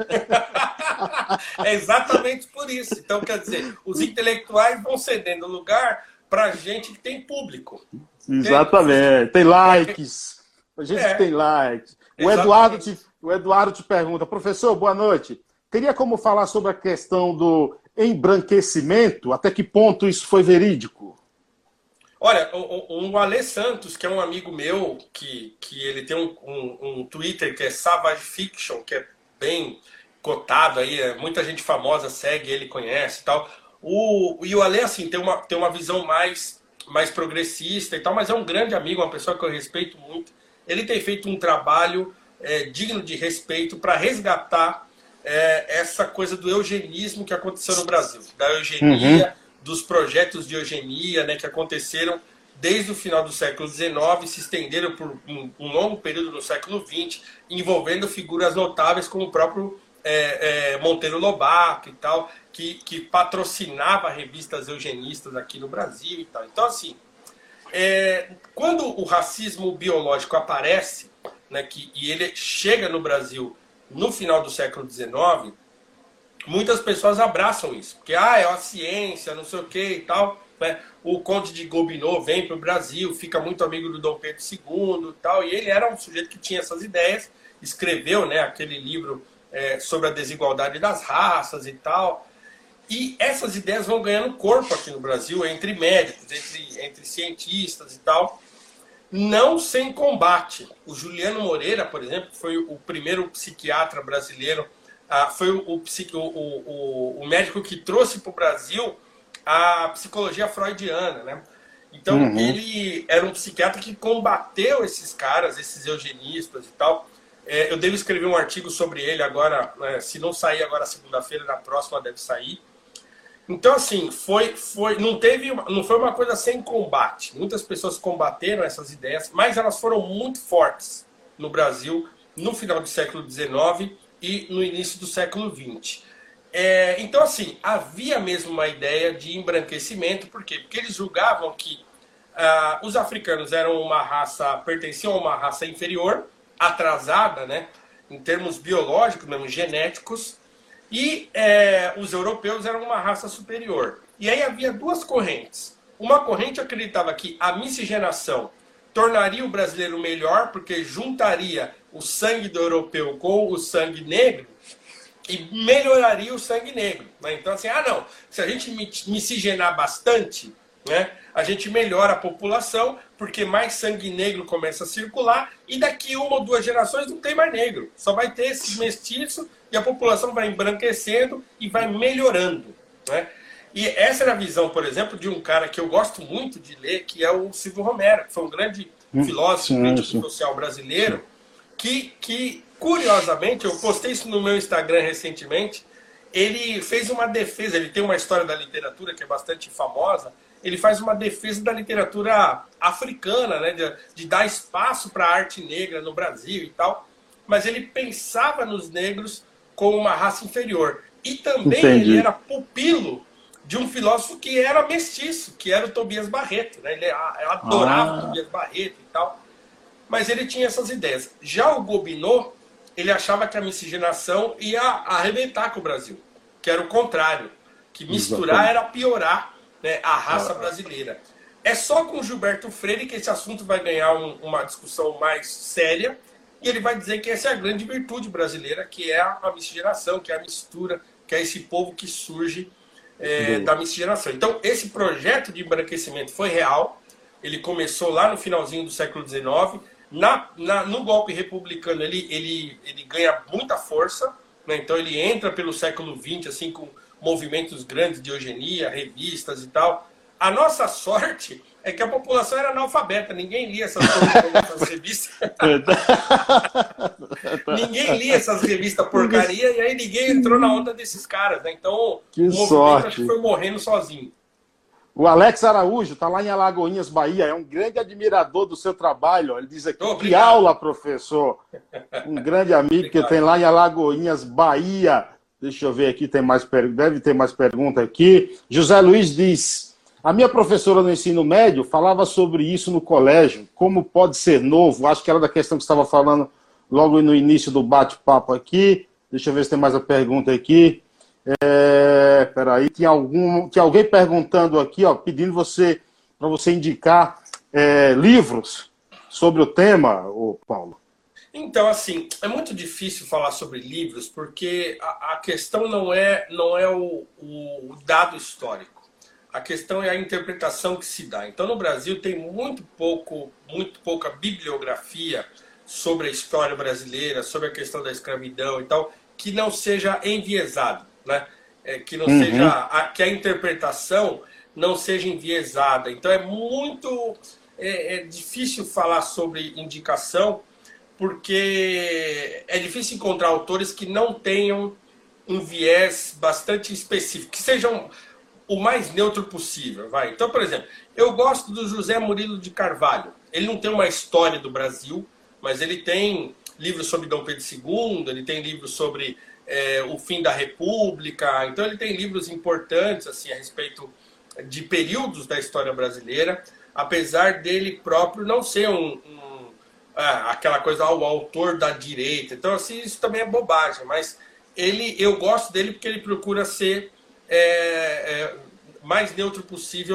É exatamente por isso. Então, quer dizer, os intelectuais vão cedendo lugar pra gente que tem público. Exatamente. Tem likes. A gente que tem likes. O Eduardo te pergunta, professor, boa noite. Teria como falar sobre a questão do embranquecimento? Até que ponto isso foi verídico? Olha, o Alê Santos, que é um amigo meu, que ele tem um Twitter que é Savage Fiction, que é bem cotado aí, muita gente famosa segue ele, conhece e tal. E o Alê, assim, tem uma visão mais progressista e tal, mas é um grande amigo, uma pessoa que eu respeito muito. Ele tem feito um trabalho digno de respeito para resgatar essa coisa do eugenismo que aconteceu no Brasil, da eugenia, dos projetos de eugenia, né, que aconteceram desde o final do século XIX, se estenderam por um longo período no século XX, envolvendo figuras notáveis como o próprio Monteiro Lobato e tal, que patrocinava revistas eugenistas aqui no Brasil e tal. Então, assim, quando o racismo biológico aparece, né, e ele chega no Brasil no final do século XIX, muitas pessoas abraçam isso, porque é a ciência, não sei o que e tal. né? O Conde de Gobineau vem para o Brasil, fica muito amigo do Dom Pedro II e tal, e ele era um sujeito que tinha essas ideias, escreveu, né, aquele livro sobre a desigualdade das raças e tal. E essas ideias vão ganhando corpo aqui no Brasil, entre médicos, entre cientistas e tal, não sem combate. O Juliano Moreira, por exemplo, foi o primeiro psiquiatra brasileiro, foi o médico que trouxe para o Brasil a psicologia freudiana, né? Então, ele era um psiquiatra que combateu esses caras, esses eugenistas e tal. Eu devo escrever um artigo sobre ele agora, se não sair agora segunda-feira, na próxima deve sair. Então, assim, não foi uma coisa sem combate. Muitas pessoas combateram essas ideias, mas elas foram muito fortes no Brasil no final do século XIX e no início do século XX. Então, assim, havia mesmo uma ideia de embranquecimento. Por quê? Porque eles julgavam que os africanos eram uma raça, pertenciam a uma raça inferior, atrasada, né, em termos biológicos, mesmo genéticos, e os europeus eram uma raça superior. E aí havia duas correntes. Uma corrente acreditava que a miscigenação tornaria o brasileiro melhor, porque juntaria o sangue do europeu com o sangue negro e melhoraria o sangue negro. Né? Então, assim, não, se a gente miscigenar bastante, né, a gente melhora a população, porque mais sangue negro começa a circular, e daqui 1 ou 2 gerações não tem mais negro. Só vai ter esses mestiços, e a população vai embranquecendo e vai melhorando. Né? E essa era a visão, por exemplo, de um cara que eu gosto muito de ler, que é o Silvio Romero, que foi um grande filósofo, crítico social brasileiro, que, curiosamente, eu postei isso no meu Instagram recentemente, ele fez uma defesa, ele tem uma história da literatura que é bastante famosa, ele faz uma defesa da literatura africana, né, de dar espaço para a arte negra no Brasil e tal, mas ele pensava nos negros como uma raça inferior. E também ele era pupilo de um filósofo que era mestiço, que era o Tobias Barreto. Né? Ele adorava o Tobias Barreto e tal, mas ele tinha essas ideias. Já o Gobineau, ele achava que a miscigenação ia arrebentar com o Brasil, que era o contrário, que misturar era piorar, né, a raça brasileira. É só com Gilberto Freire que esse assunto vai ganhar uma discussão mais séria, e ele vai dizer que essa é a grande virtude brasileira, que é a miscigenação, que é a mistura, que é esse povo que surge da miscigenação. Então, esse projeto de embranquecimento foi real, ele começou lá no finalzinho do século XIX, no golpe republicano ele ganha muita força, né? Então ele entra pelo século XX, assim, com movimentos grandes de eugenia, revistas e tal. A nossa sorte é que a população era analfabeta, ninguém lia essas revistas. Ninguém lia essas revistas porcaria, e aí ninguém entrou na onda desses caras. Né? Então que o movimento sorte. Acho que foi morrendo sozinho. O Alex Araújo está lá em Alagoinhas, Bahia, é um grande admirador do seu trabalho. Ele diz aqui, que aula, professor. Um grande amigo que tem lá em Alagoinhas, Bahia. Deixa eu ver aqui, deve ter mais pergunta aqui. José Luiz diz, a minha professora no ensino médio falava sobre isso no colégio, como pode ser novo. Acho que era da questão que você estava falando logo no início do bate-papo aqui. Deixa eu ver se tem mais uma pergunta aqui. Peraí, tinha alguém perguntando aqui, ó, pedindo para você indicar livros sobre o tema, Paulo. Então, assim, é muito difícil falar sobre livros, porque a questão não é o dado histórico. A questão é a interpretação que se dá. Então, no Brasil tem muito pouca bibliografia sobre a história brasileira, sobre a questão da escravidão e tal, que não seja enviesado, né? Que não seja que a interpretação não seja enviesada. Então é muito difícil falar sobre indicação, porque é difícil encontrar autores que não tenham um viés bastante específico, que sejam o mais neutro possível. Vai. Então, por exemplo, eu gosto do José Murilo de Carvalho. Ele não tem uma história do Brasil, mas ele tem livros sobre Dom Pedro II, ele tem livros sobre o fim da República. Então ele tem livros importantes assim, a respeito de períodos da história brasileira, apesar dele próprio não ser aquela coisa, o autor da direita. Então, assim, isso também é bobagem, mas eu gosto dele porque ele procura ser mais neutro possível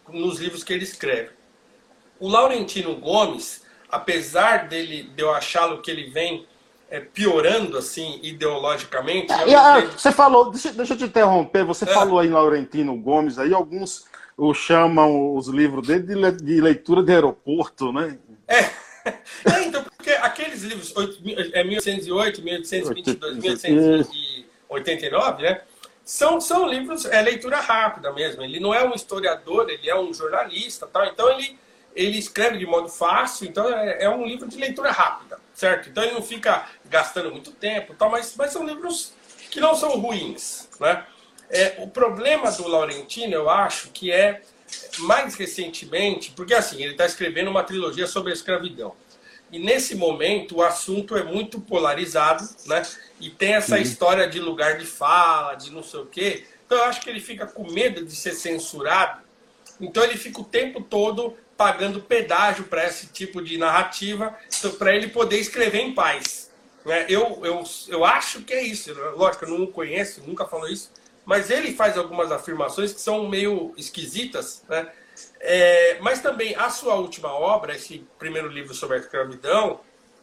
nos livros que ele escreve. O Laurentino Gomes, apesar de eu achá-lo que ele vem piorando assim ideologicamente. Você falou, deixa eu te interromper, você falou aí em Laurentino Gomes, aí alguns o chamam os livros dele de leitura de aeroporto, né? Então, porque aqueles livros 1808, 1822, 1889, né? São livros, leitura rápida mesmo. Ele não é um historiador, ele é um jornalista, tal. Então ele escreve de modo fácil, então é um livro de leitura rápida, certo? Então ele não fica gastando muito tempo, tal, mas são livros que não são ruins, né? O problema do Laurentino, eu acho, que mais recentemente, porque assim, ele está escrevendo uma trilogia sobre a escravidão. E nesse momento o assunto é muito polarizado, né? E tem essa história de lugar de fala, de não sei o quê. Então eu acho que ele fica com medo de ser censurado. Então ele fica o tempo todo pagando pedágio para esse tipo de narrativa, para ele poder escrever em paz. Eu acho que é isso. Lógico, eu não o conheço, nunca falou isso, mas ele faz algumas afirmações que são meio esquisitas, né? Mas também a sua última obra, esse primeiro livro sobre a escravidão,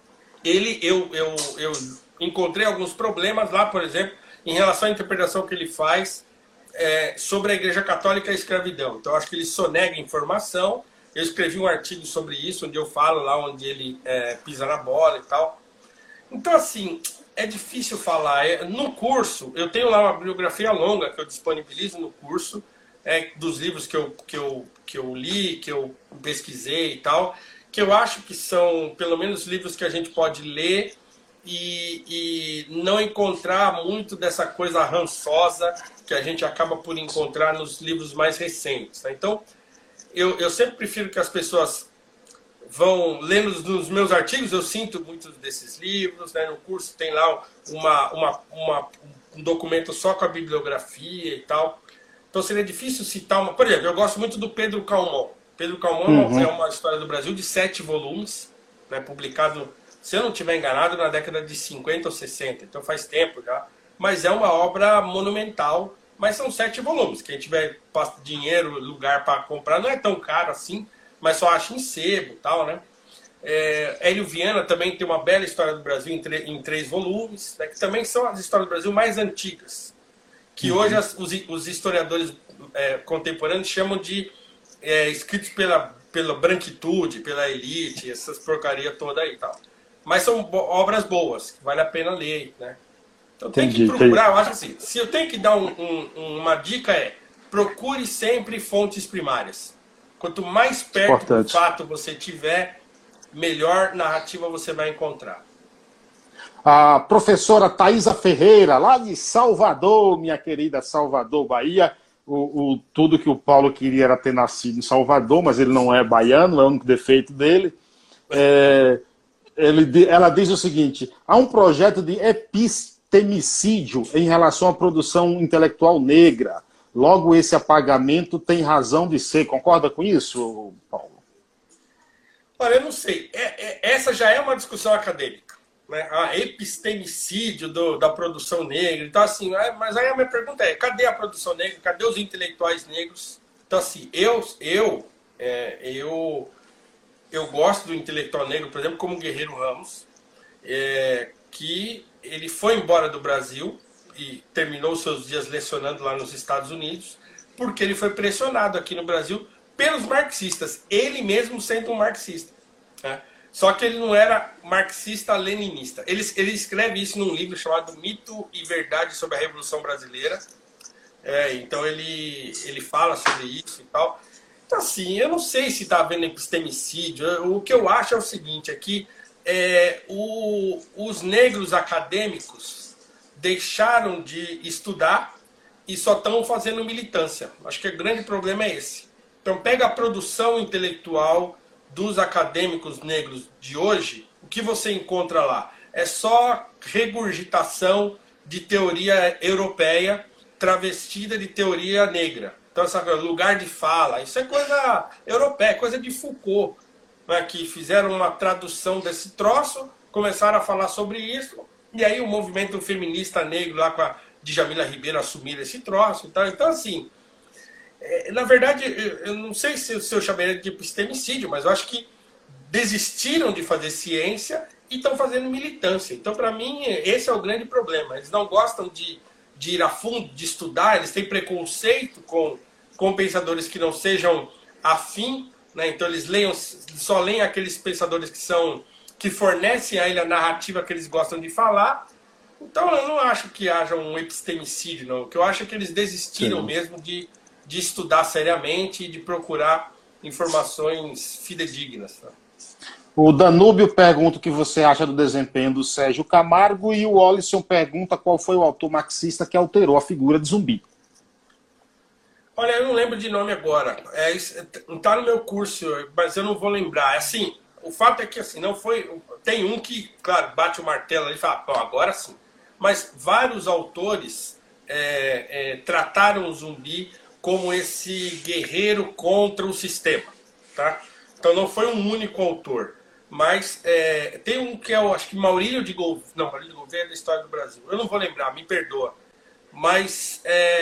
eu encontrei alguns problemas lá, por exemplo, em relação à interpretação que ele faz sobre a Igreja Católica e a escravidão. Então, eu acho que ele sonega informação. Eu escrevi um artigo sobre isso, onde eu falo lá onde ele pisa na bola e tal. Então, assim, é difícil falar. No curso, eu tenho lá uma bibliografia longa que eu disponibilizo no curso, dos livros que eu li, que eu pesquisei e tal, que eu acho que são, pelo menos, livros que a gente pode ler e não encontrar muito dessa coisa rançosa que a gente acaba por encontrar nos livros mais recentes, né? Então, eu sempre prefiro que as pessoas vão lendo nos meus artigos, eu sinto muitos desses livros, né? No curso tem lá um documento só com a bibliografia e tal. Então seria difícil citar uma... Por exemplo, eu gosto muito do Pedro Calmon. Pedro Calmon é uma história do Brasil de 7 volumes, né? Publicado, se eu não estiver enganado, na década de 50 ou 60. Então faz tempo já. Mas é uma obra monumental. Mas são 7 volumes. Quem tiver dinheiro, lugar para comprar, não é tão caro assim, mas só acha em sebo e tal, né? Hélio Viana também tem uma bela história do Brasil em 3 volumes, né, que também são as histórias do Brasil mais antigas, que hoje os historiadores contemporâneos chamam de escritos pela branquitude, pela elite, essas porcarias todas aí e tal. Mas são obras boas, que vale a pena ler, né? Então tem que procurar, eu acho assim, se eu tenho que dar uma dica procure sempre fontes primárias. Quanto mais perto do fato você tiver, melhor narrativa você vai encontrar. A professora Thaisa Ferreira, lá de Salvador, minha querida Salvador, Bahia. Tudo que o Paulo queria era ter nascido em Salvador, mas ele não é baiano, é o único defeito dele. Ela diz o seguinte: há um projeto de epistemicídio em relação à produção intelectual negra. Logo, esse apagamento tem razão de ser. Concorda com isso, Paulo? Olha, eu não sei. Essa já é uma discussão acadêmica, né? A epistemicídio da produção negra. Então, assim, mas aí a minha pergunta cadê a produção negra? Cadê os intelectuais negros? Então, assim, eu gosto do intelectual negro, por exemplo, como Guerreiro Ramos, que ele foi embora do Brasil e terminou seus dias lecionando lá nos Estados Unidos, porque ele foi pressionado aqui no Brasil pelos marxistas, ele mesmo sendo um marxista, né? Só que ele não era marxista-leninista. Ele escreve isso num livro chamado Mito e Verdade sobre a Revolução Brasileira. Então ele fala sobre isso e tal. Então, assim, eu não sei se está havendo epistemicídio. O que eu acho é o seguinte, é que os negros acadêmicos deixaram de estudar e só estão fazendo militância. Acho que o grande problema é esse. Então pega a produção intelectual dos acadêmicos negros de hoje, o que você encontra lá? É só regurgitação de teoria europeia travestida de teoria negra. Então, esse lugar de fala, isso é coisa europeia, coisa de Foucault, né, que fizeram uma tradução desse troço, começaram a falar sobre isso, e aí o movimento feminista negro lá com a Djamila Ribeiro assumiram esse troço. Então assim, Na verdade, eu não sei se eu chamaria de epistemicídio, mas eu acho que desistiram de fazer ciência e estão fazendo militância. Então, para mim, esse é o grande problema. Eles não gostam de ir a fundo, de estudar, eles têm preconceito com pensadores que não sejam afim, né? Então eles só leem aqueles pensadores que fornecem a ele a narrativa que eles gostam de falar. Então eu não acho que haja um epistemicídio, não. O que eu acho é que eles desistiram mesmo de estudar seriamente e de procurar informações fidedignas. Tá? O Danúbio pergunta o que você acha do desempenho do Sérgio Camargo e o Olisson pergunta qual foi o autor marxista que alterou a figura de Zumbi. Olha, eu não lembro de nome agora. Tá no meu curso, mas eu não vou lembrar. Assim, o fato é que assim, não foi. Tem um que, claro, bate o martelo e fala, bom, agora sim. Mas vários autores trataram o Zumbi como esse guerreiro contra o sistema. Tá? Então não foi um único autor. Mas tem um que é, acho que Maurílio de Gouveia. Não, Maurílio de Gouveia é da História do Brasil. Eu não vou lembrar, me perdoa. Mas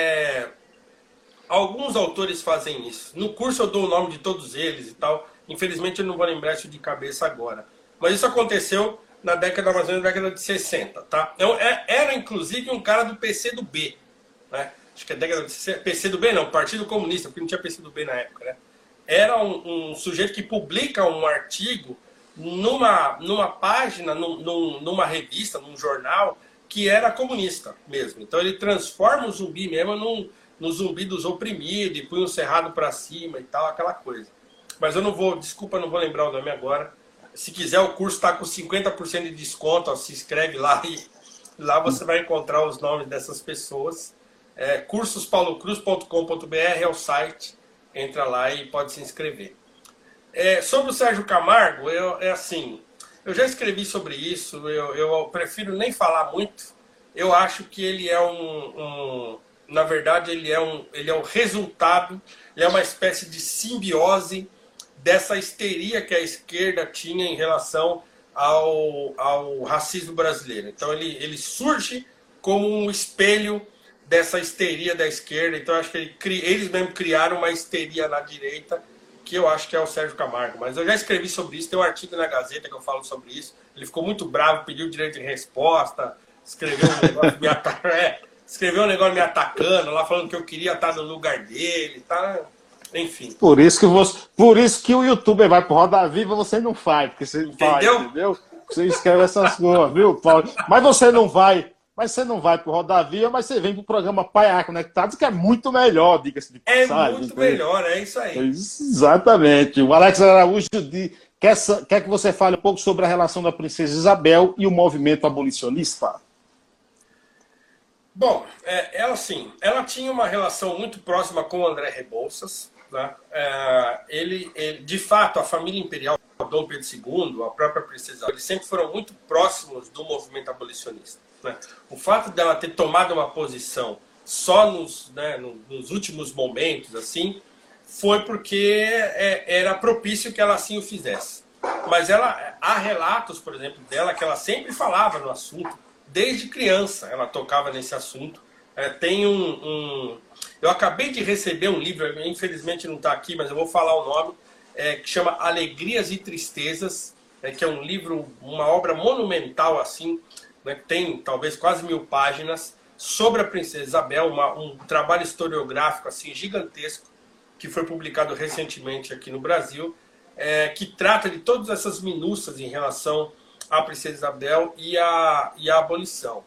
alguns autores fazem isso. No curso eu dou o nome de todos eles e tal. Infelizmente eu não vou lembrar isso de cabeça agora. Mas isso aconteceu na década, mais ou menos, na década de 60, tá? Então, era inclusive um cara do PCdoB, né? Acho que é década de PCdoB não, Partido Comunista, porque não tinha PCdoB na época, né? Era um sujeito que publica um artigo numa página, numa revista, num jornal, que era comunista mesmo. Então ele transforma o Zumbi mesmo no Zumbi dos oprimidos, e põe um cerrado para cima e tal, aquela coisa. Mas eu não vou, desculpa, não vou lembrar o nome agora. Se quiser, o curso está com 50% de desconto, ó, se inscreve lá e lá você vai encontrar os nomes dessas pessoas. Cursospaulo-cruz.com.br é o site, entra lá e pode se inscrever. Sobre o Sérgio Camargo, assim, eu já escrevi sobre isso, eu prefiro nem falar muito. Eu acho que ele é na verdade, ele é um resultado, ele é uma espécie de simbiose dessa histeria que a esquerda tinha em relação ao racismo brasileiro. Então ele surge como um espelho dessa histeria da esquerda. Então acho que eles mesmo criaram uma histeria na direita, que eu acho que é o Sérgio Camargo. Mas eu já escrevi sobre isso, tem um artigo na Gazeta que eu falo sobre isso. Ele ficou muito bravo, pediu direito de resposta, escreveu um negócio me atacando, lá falando que eu queria estar no lugar dele, tá? Enfim. Por isso que o youtuber vai pro Roda Viva, você não faz, porque você faz, entendeu? Você escreve essas coisas, viu, Paulo? Mas você não vai pro Roda Viva, mas você vem pro programa Pai A Conectados, que é muito melhor, diga-se de passagem. É muito melhor, é isso aí. Exatamente. O Alex Araújo quer que você fale um pouco sobre a relação da Princesa Isabel e o movimento abolicionista. Bom, ela tinha uma relação muito próxima com o André Rebouças. Né? De fato, a família imperial, Dom Pedro II, a própria princesa, eles sempre foram muito próximos do movimento abolicionista. Né? O fato dela ter tomado uma posição só nos últimos momentos, assim, foi porque era propício que ela assim o fizesse. Mas há relatos, por exemplo, dela que ela sempre falava no assunto, desde criança ela tocava nesse assunto. Tem eu acabei de receber um livro, infelizmente não está aqui, mas eu vou falar o nome, que chama Alegrias e Tristezas, que é um livro, uma obra monumental, assim, né, que tem talvez quase 1000 páginas, sobre a Princesa Isabel, um trabalho historiográfico assim, gigantesco, que foi publicado recentemente aqui no Brasil, que trata de todas essas minúcias em relação à Princesa Isabel e a abolição.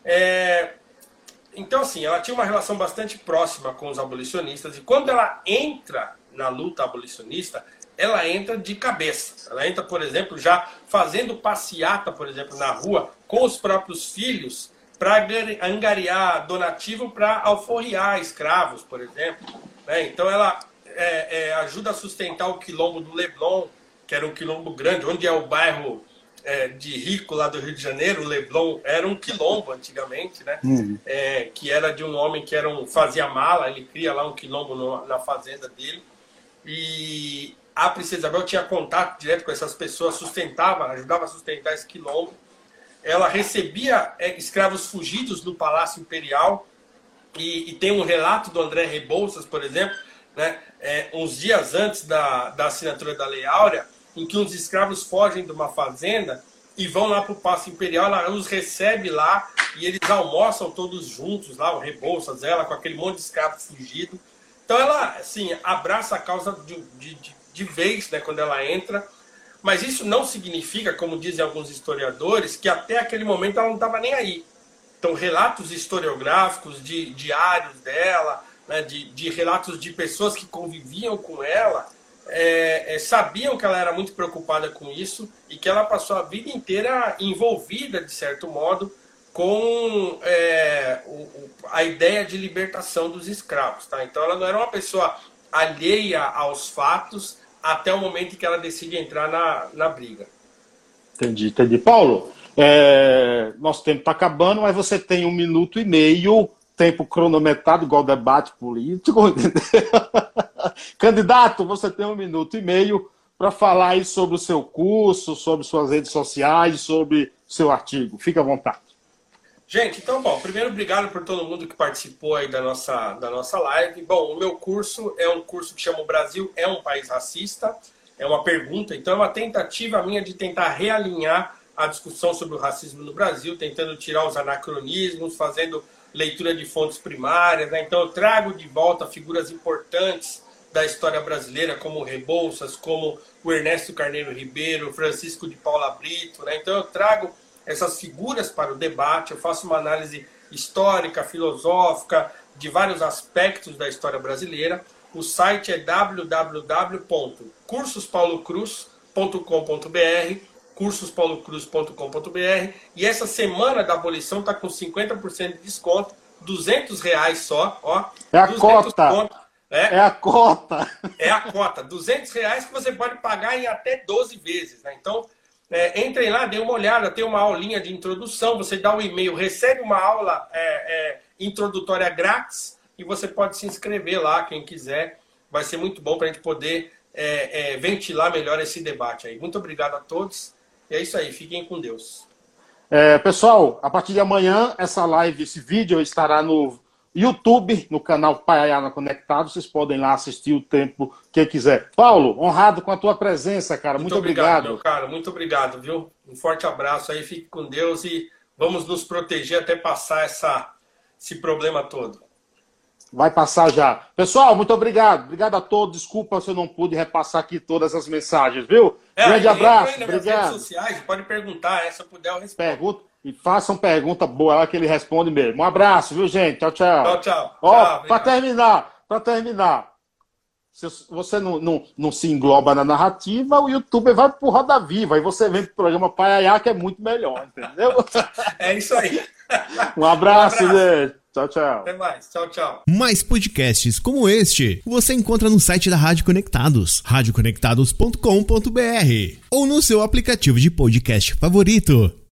Então, assim, ela tinha uma relação bastante próxima com os abolicionistas, e quando ela entra na luta abolicionista, ela entra de cabeça. Ela entra, por exemplo, já fazendo passeata, por exemplo, na rua, com os próprios filhos, para angariar donativo para alforriar escravos, por exemplo. Então, ela ajuda a sustentar o quilombo do Leblon, que era um quilombo grande, onde é o bairro de rico lá do Rio de Janeiro. O Leblon era um quilombo antigamente, né? Que era de um homem que fazia mala, ele cria lá um quilombo na fazenda dele. E a Princesa Isabel tinha contato direto com essas pessoas, ajudava a sustentar esse quilombo. Ela recebia escravos fugidos no Palácio Imperial, e tem um relato do André Rebouças, por exemplo, né, uns dias antes da assinatura da Lei Áurea, em que uns escravos fogem de uma fazenda e vão lá para o Paço Imperial, ela os recebe lá e eles almoçam todos juntos lá, o Rebouças, ela com aquele monte de escravo fugido. Então ela, assim, abraça a causa de vez, né, quando ela entra, mas isso não significa, como dizem alguns historiadores, que até aquele momento ela não estava nem aí. Então relatos historiográficos, de diários dela, né, de relatos de pessoas que conviviam com ela, sabiam que ela era muito preocupada com isso e que ela passou a vida inteira envolvida, de certo modo, com a ideia de libertação dos escravos. Tá? Então ela não era uma pessoa alheia aos fatos até o momento em que ela decide entrar na briga. Entendi. Paulo, nosso tempo está acabando, mas você tem 1 minuto e meio, tempo cronometrado, igual debate político. Candidato, você tem 1 minuto e meio para falar aí sobre o seu curso, sobre suas redes sociais, sobre seu artigo. Fique à vontade. Gente, então, bom, primeiro, obrigado por todo mundo que participou aí da nossa live. Bom, o meu curso é um curso que chama O Brasil é um País Racista. É uma pergunta, então é uma tentativa minha de tentar realinhar a discussão sobre o racismo no Brasil, tentando tirar os anacronismos, fazendo leitura de fontes primárias, né? Então eu trago de volta figuras importantes da história brasileira, como o Rebouças, como o Ernesto Carneiro Ribeiro, Francisco de Paula Brito, né? Então eu trago essas figuras para o debate, eu faço uma análise histórica, filosófica, de vários aspectos da história brasileira. O site é www.cursospaulo.cruz.com.br, cursospaulo.cruz.com.br, e essa semana da abolição está com 50% de desconto, R$200 só, ó. É a cota. É a cota. É a cota, R$200 que você pode pagar em até 12 vezes, né? Então, entrem lá, dêem uma olhada, tem uma aulinha de introdução, você dá um e-mail, recebe uma aula introdutória grátis e você pode se inscrever lá, quem quiser. Vai ser muito bom para a gente poder ventilar melhor esse debate aí. Muito obrigado a todos. E é isso aí, fiquem com Deus. Pessoal, a partir de amanhã, essa live, esse vídeo estará no YouTube, no canal Paiaiana Conectado. Vocês podem lá assistir o tempo que quiser. Paulo, honrado com a tua presença, cara. Muito obrigado. Meu cara, muito obrigado, viu? Um forte abraço aí, fique com Deus e vamos nos proteger até passar esse problema todo. Vai passar já. Pessoal, muito obrigado. Obrigado a todos. Desculpa se eu não pude repassar aqui todas as mensagens, viu? Grande abraço. Obrigado. Nas redes sociais, pode perguntar, se eu puder eu respondo. Pergunta e façam pergunta boa lá que ele responde mesmo. Um abraço, viu, gente? Tchau, tchau. Tchau. Para terminar, se você não se engloba na narrativa, o YouTube vai pro Roda Viva e você vem pro programa Paiaiá, que é muito melhor, entendeu? É isso aí. Um abraço, gente. Tchau. Até mais. Tchau. Mais podcasts como este você encontra no site da Rádio Conectados, radioconectados.com.br ou no seu aplicativo de podcast favorito.